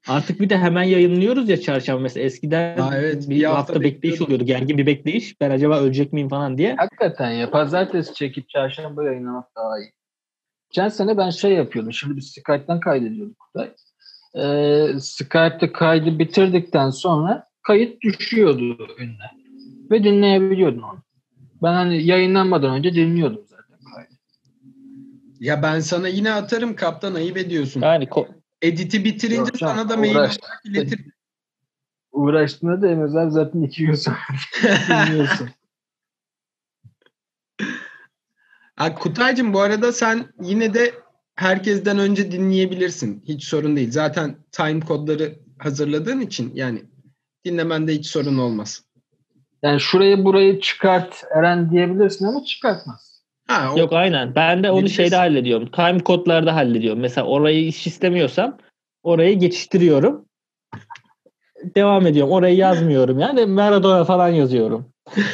Artık bir de hemen yayınlıyoruz ya çarşamba mesela. Eskiden Aa, evet, bir, bir hafta, hafta bekleyiş bekliyordum. oluyordu. Gergin bir bekleyiş. Ben acaba ölecek miyim falan diye. Hakikaten ya. Pazartesi çekip çarşamba yayınlamak daha iyi. Geçen sene ben şey yapıyordum. Şimdi biz Skype'dan kaydediyorduk Kutay. Ee, Skype'da kaydı bitirdikten sonra kayıt düşüyordu önüne. Ve dinleyebiliyordun onu. Ben hani yayınlanmadan önce dinliyordum zaten kaydı. Ya ben sana yine atarım kaptan, ayıp ediyorsun. Yani ko- Editi bitirince Yok canım, sana da mail uğraş. olarak iletirim. Uğraştığına değmez abi, zaten iki gün sonra dinliyorsun. Ha, Kutaycığım bu arada sen yine de herkesten önce dinleyebilirsin. Hiç sorun değil. Zaten time kodları hazırladığın için yani dinlemende hiç sorun olmaz. Yani şurayı burayı çıkart Eren diyebilirsin ama çıkartmaz. Ha, o, yok aynen. Ben de onu Bilirsin. şeyde hallediyorum. Time kodlarda hallediyorum. Mesela orayı hiç istemiyorsam orayı geçiştiriyorum. Devam ediyorum. Orayı yazmıyorum. Yani Maradona falan yazıyorum.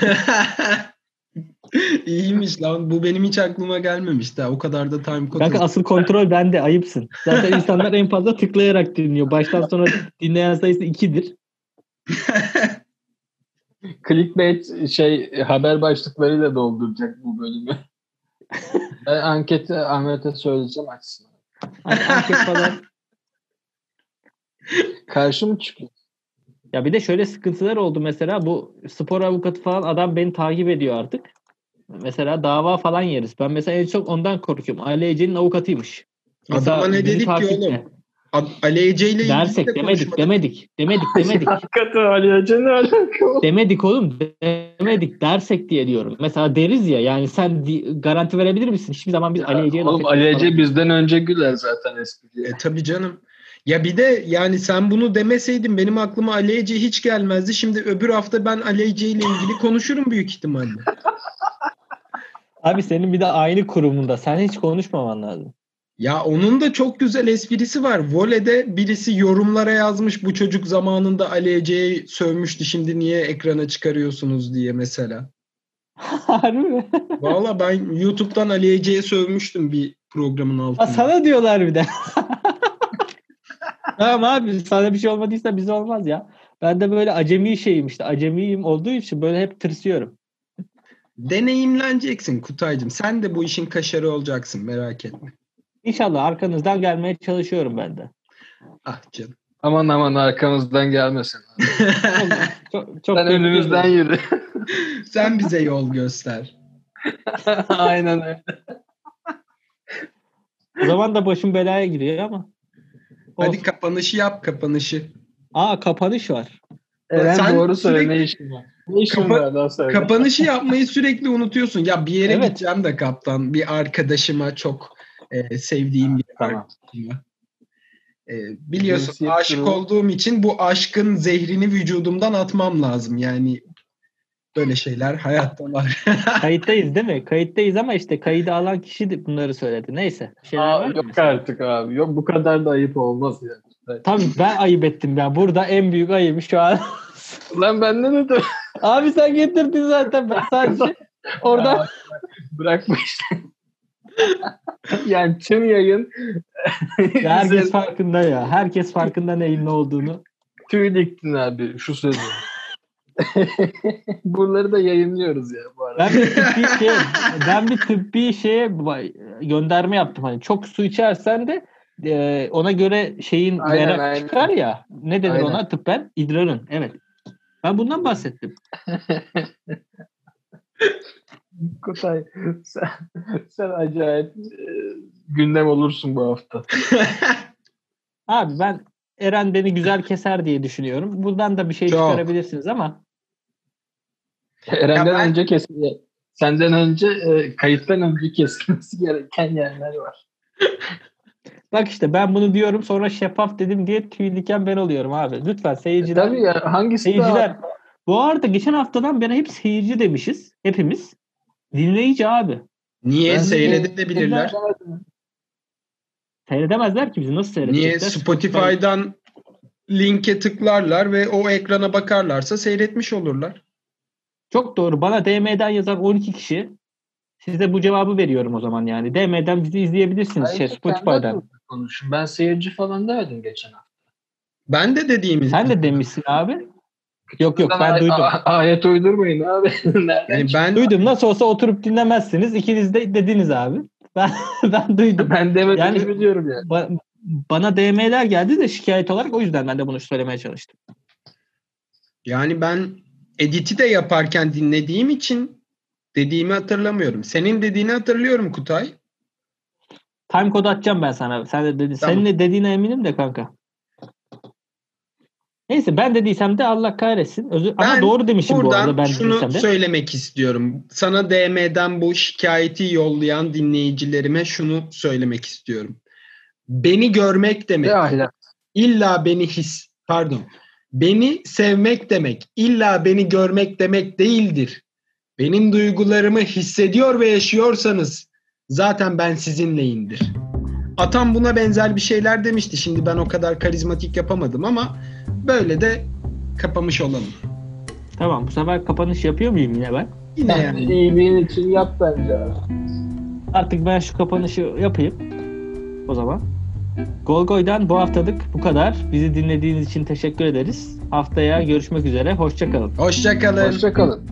İyiymiş lan. Bu benim hiç aklıma gelmemişti. O kadar da time kod Kanka hazır. asıl kontrol bende. Ayıpsın. Zaten insanlar en fazla tıklayarak dinliyor. Baştan sona dinleyen sayısı ikidir. Clickbait şey haber başlıklarıyla dolduracak bu bölümü. Ben anketi Ahmet'e söyleyeceğim, açsın. Hani anket falan. Karşı mı çıkıyor? Ya bir de şöyle sıkıntılar oldu mesela. Bu spor avukatı falan adam beni takip ediyor artık. Mesela dava falan yeriz. Ben mesela en çok ondan korkuyorum. Ali Ece'nin avukatıymış. Mesela Adama ne bizi dedik ki takipte. oğlum? Ad- Ali Ece ile ilgili de Dersek demedik, konuşmadık. demedik, demedik, demedik. Hakikaten Ali Hoca ne alaka? Demedik oğlum, demedik, dersek diye diyorum. Mesela deriz ya, yani sen di- garanti verebilir misin? Hiçbir zaman biz Ali Ece'ye laf Oğlum etmeyiz Ali falan. Ece bizden önce güler zaten espriye. E tabii canım. Ya bir de yani sen bunu demeseydin benim aklıma Ali Ece hiç gelmezdi. Şimdi öbür hafta ben Ali Ece ile ilgili konuşurum büyük ihtimalle. Abi senin bir de aynı kurumunda. Sen hiç konuşmaman lazım. Ya onun da çok güzel esprisi var. Vole'de birisi yorumlara yazmış, bu çocuk zamanında Ali Ece'yi sövmüştü, şimdi niye ekrana çıkarıyorsunuz diye mesela. Harbi mi? Valla ben YouTube'dan Ali Ece'ye sövmüştüm bir programın Ha, altında. sana diyorlar bir de. Tamam abi, sana bir şey olmadıysa bize olmaz ya. Ben de böyle acemi şeyim işte. Acemiyim olduğu için böyle hep tırsıyorum. Deneyimleneceksin Kutaycığım. Sen de bu işin kaşarı olacaksın, merak etme. İnşallah arkanızdan gelmeye çalışıyorum ben de. Ah canım. Aman aman arkamızdan gelmesin. Çok, çok Sen önümüzden yürü. Sen bize yol göster. Aynen öyle. O zaman da başım belaya giriyor ama. Hadi Olsun. kapanışı yap, kapanışı. Aa, kapanış var. Eren Sen doğru söyle, sürekli- ne işin var? Ne işin Kapa- var daha söyle. Kapanışı yapmayı sürekli unutuyorsun. Ya bir yere Evet. gideceğim de kaptan. Bir arkadaşıma, çok e, sevdiğim bir Tamam. arkadaşıma. E, biliyorsun Cinsiyet aşık durumu. olduğum için bu aşkın zehrini vücudumdan atmam lazım. Yani böyle şeyler hayatta var. Kayıttayız değil mi? Kayıttayız ama işte kaydı alan kişi de bunları söyledi. Neyse. Bir şeyler Aa, var mı yok mesela? artık abi. Yok, bu kadar da ayıp olmaz yani. Tabii ben ayıp ettim ya. Burada en büyük ayıbı şu an. Lan ben ne dedim? Abi sen getirdin zaten. Ben sadece oradan. Ya, bırakma işte. Yani tüm yayın Ya herkes üzerine farkında ya. Herkes farkında neyin ne olduğunu. tüy diktin abi şu sözü. Buraları da yayınlıyoruz ya bu arada. Ben bir tıbbi şey, ben bir tıbbi şeye gönderme yaptım. Hani çok su içersen de e, ona göre şeyin Aynen, merak aynen. çıkar ya. Ne denir Aynen. ona? Tıbben idrarın. Evet. Ben bundan bahsettim. Kutay sen, sen acayip e, gündem olursun bu hafta. Abi ben Eren beni güzel keser diye düşünüyorum. Buradan da bir şey Çok. çıkarabilirsiniz ama Eren'den Ya ben- önce kesildi. Senden önce e, kayıttan önce kesilmesi gereken yerler var. bak işte ben bunu diyorum, sonra şeffaf dedim diye tüy diken ben oluyorum abi. Lütfen seyirciler. Tabii ya, hangisi daha Seyirciler. Bu arada geçen haftadan beri hep seyirci demişiz. Hepimiz. Dinleyici abi. Niye? Ben- Seyredebilirler. Seyredemezler ki bizi. Nasıl seyredecekler? Niye? Spotify'dan linke tıklarlar ve o ekrana bakarlarsa seyretmiş olurlar. Çok doğru. Bana D M'den yazan on iki kişi, size bu cevabı veriyorum o zaman yani. D M'den bizi izleyebilirsiniz şey, Ayrıca kendi Spotify'dan. adımla konuşun. Ben seyirci falan demedim geçen hafta. Ben de dediğimiz. Sen de demişsin abi. Yok yok ben Ay- duydum. a- ayet uydurmayın abi. Nereden Yani ben Duydum. Nasıl olsa oturup dinlemezsiniz. İkiniz de dediniz abi. Ben ben duydum. Ben demedim Yani- biliyorum ya. Ba- bana D M'ler geldi de şikayet olarak, o yüzden ben de bunu söylemeye çalıştım. yani ben editi de yaparken dinlediğim için dediğimi hatırlamıyorum. Senin dediğini hatırlıyorum Kutay. Time code atacağım ben sana. Sen de dedin. Tamam. Senin de dediğine eminim de kanka. Neyse ben dediysem de Allah kahretsin. Özür... Ama Ben doğru demişim bu Buradan arada ben şunu dediysem de. söylemek istiyorum. Sana D M'den bu şikayeti yollayan dinleyicilerime şunu söylemek istiyorum. Beni görmek demek, Ne ahlak. illa beni his, pardon, beni sevmek demek, illa beni görmek demek değildir. Benim duygularımı hissediyor ve yaşıyorsanız zaten ben sizinleyimdir. Atam buna benzer bir şeyler demişti. Şimdi ben o kadar karizmatik yapamadım ama böyle de kapamış olalım. Tamam, bu sefer kapanış yapıyor muyum yine ben? Yine Yani yani. iyiliğin için yap bence abi. Artık ben şu kapanışı yapayım. O zaman. Golgoy'dan bu haftalık bu kadar. Bizi dinlediğiniz için teşekkür ederiz. Haftaya görüşmek üzere. Hoşça kalın. Hoşça kalın. Hoşça kalın.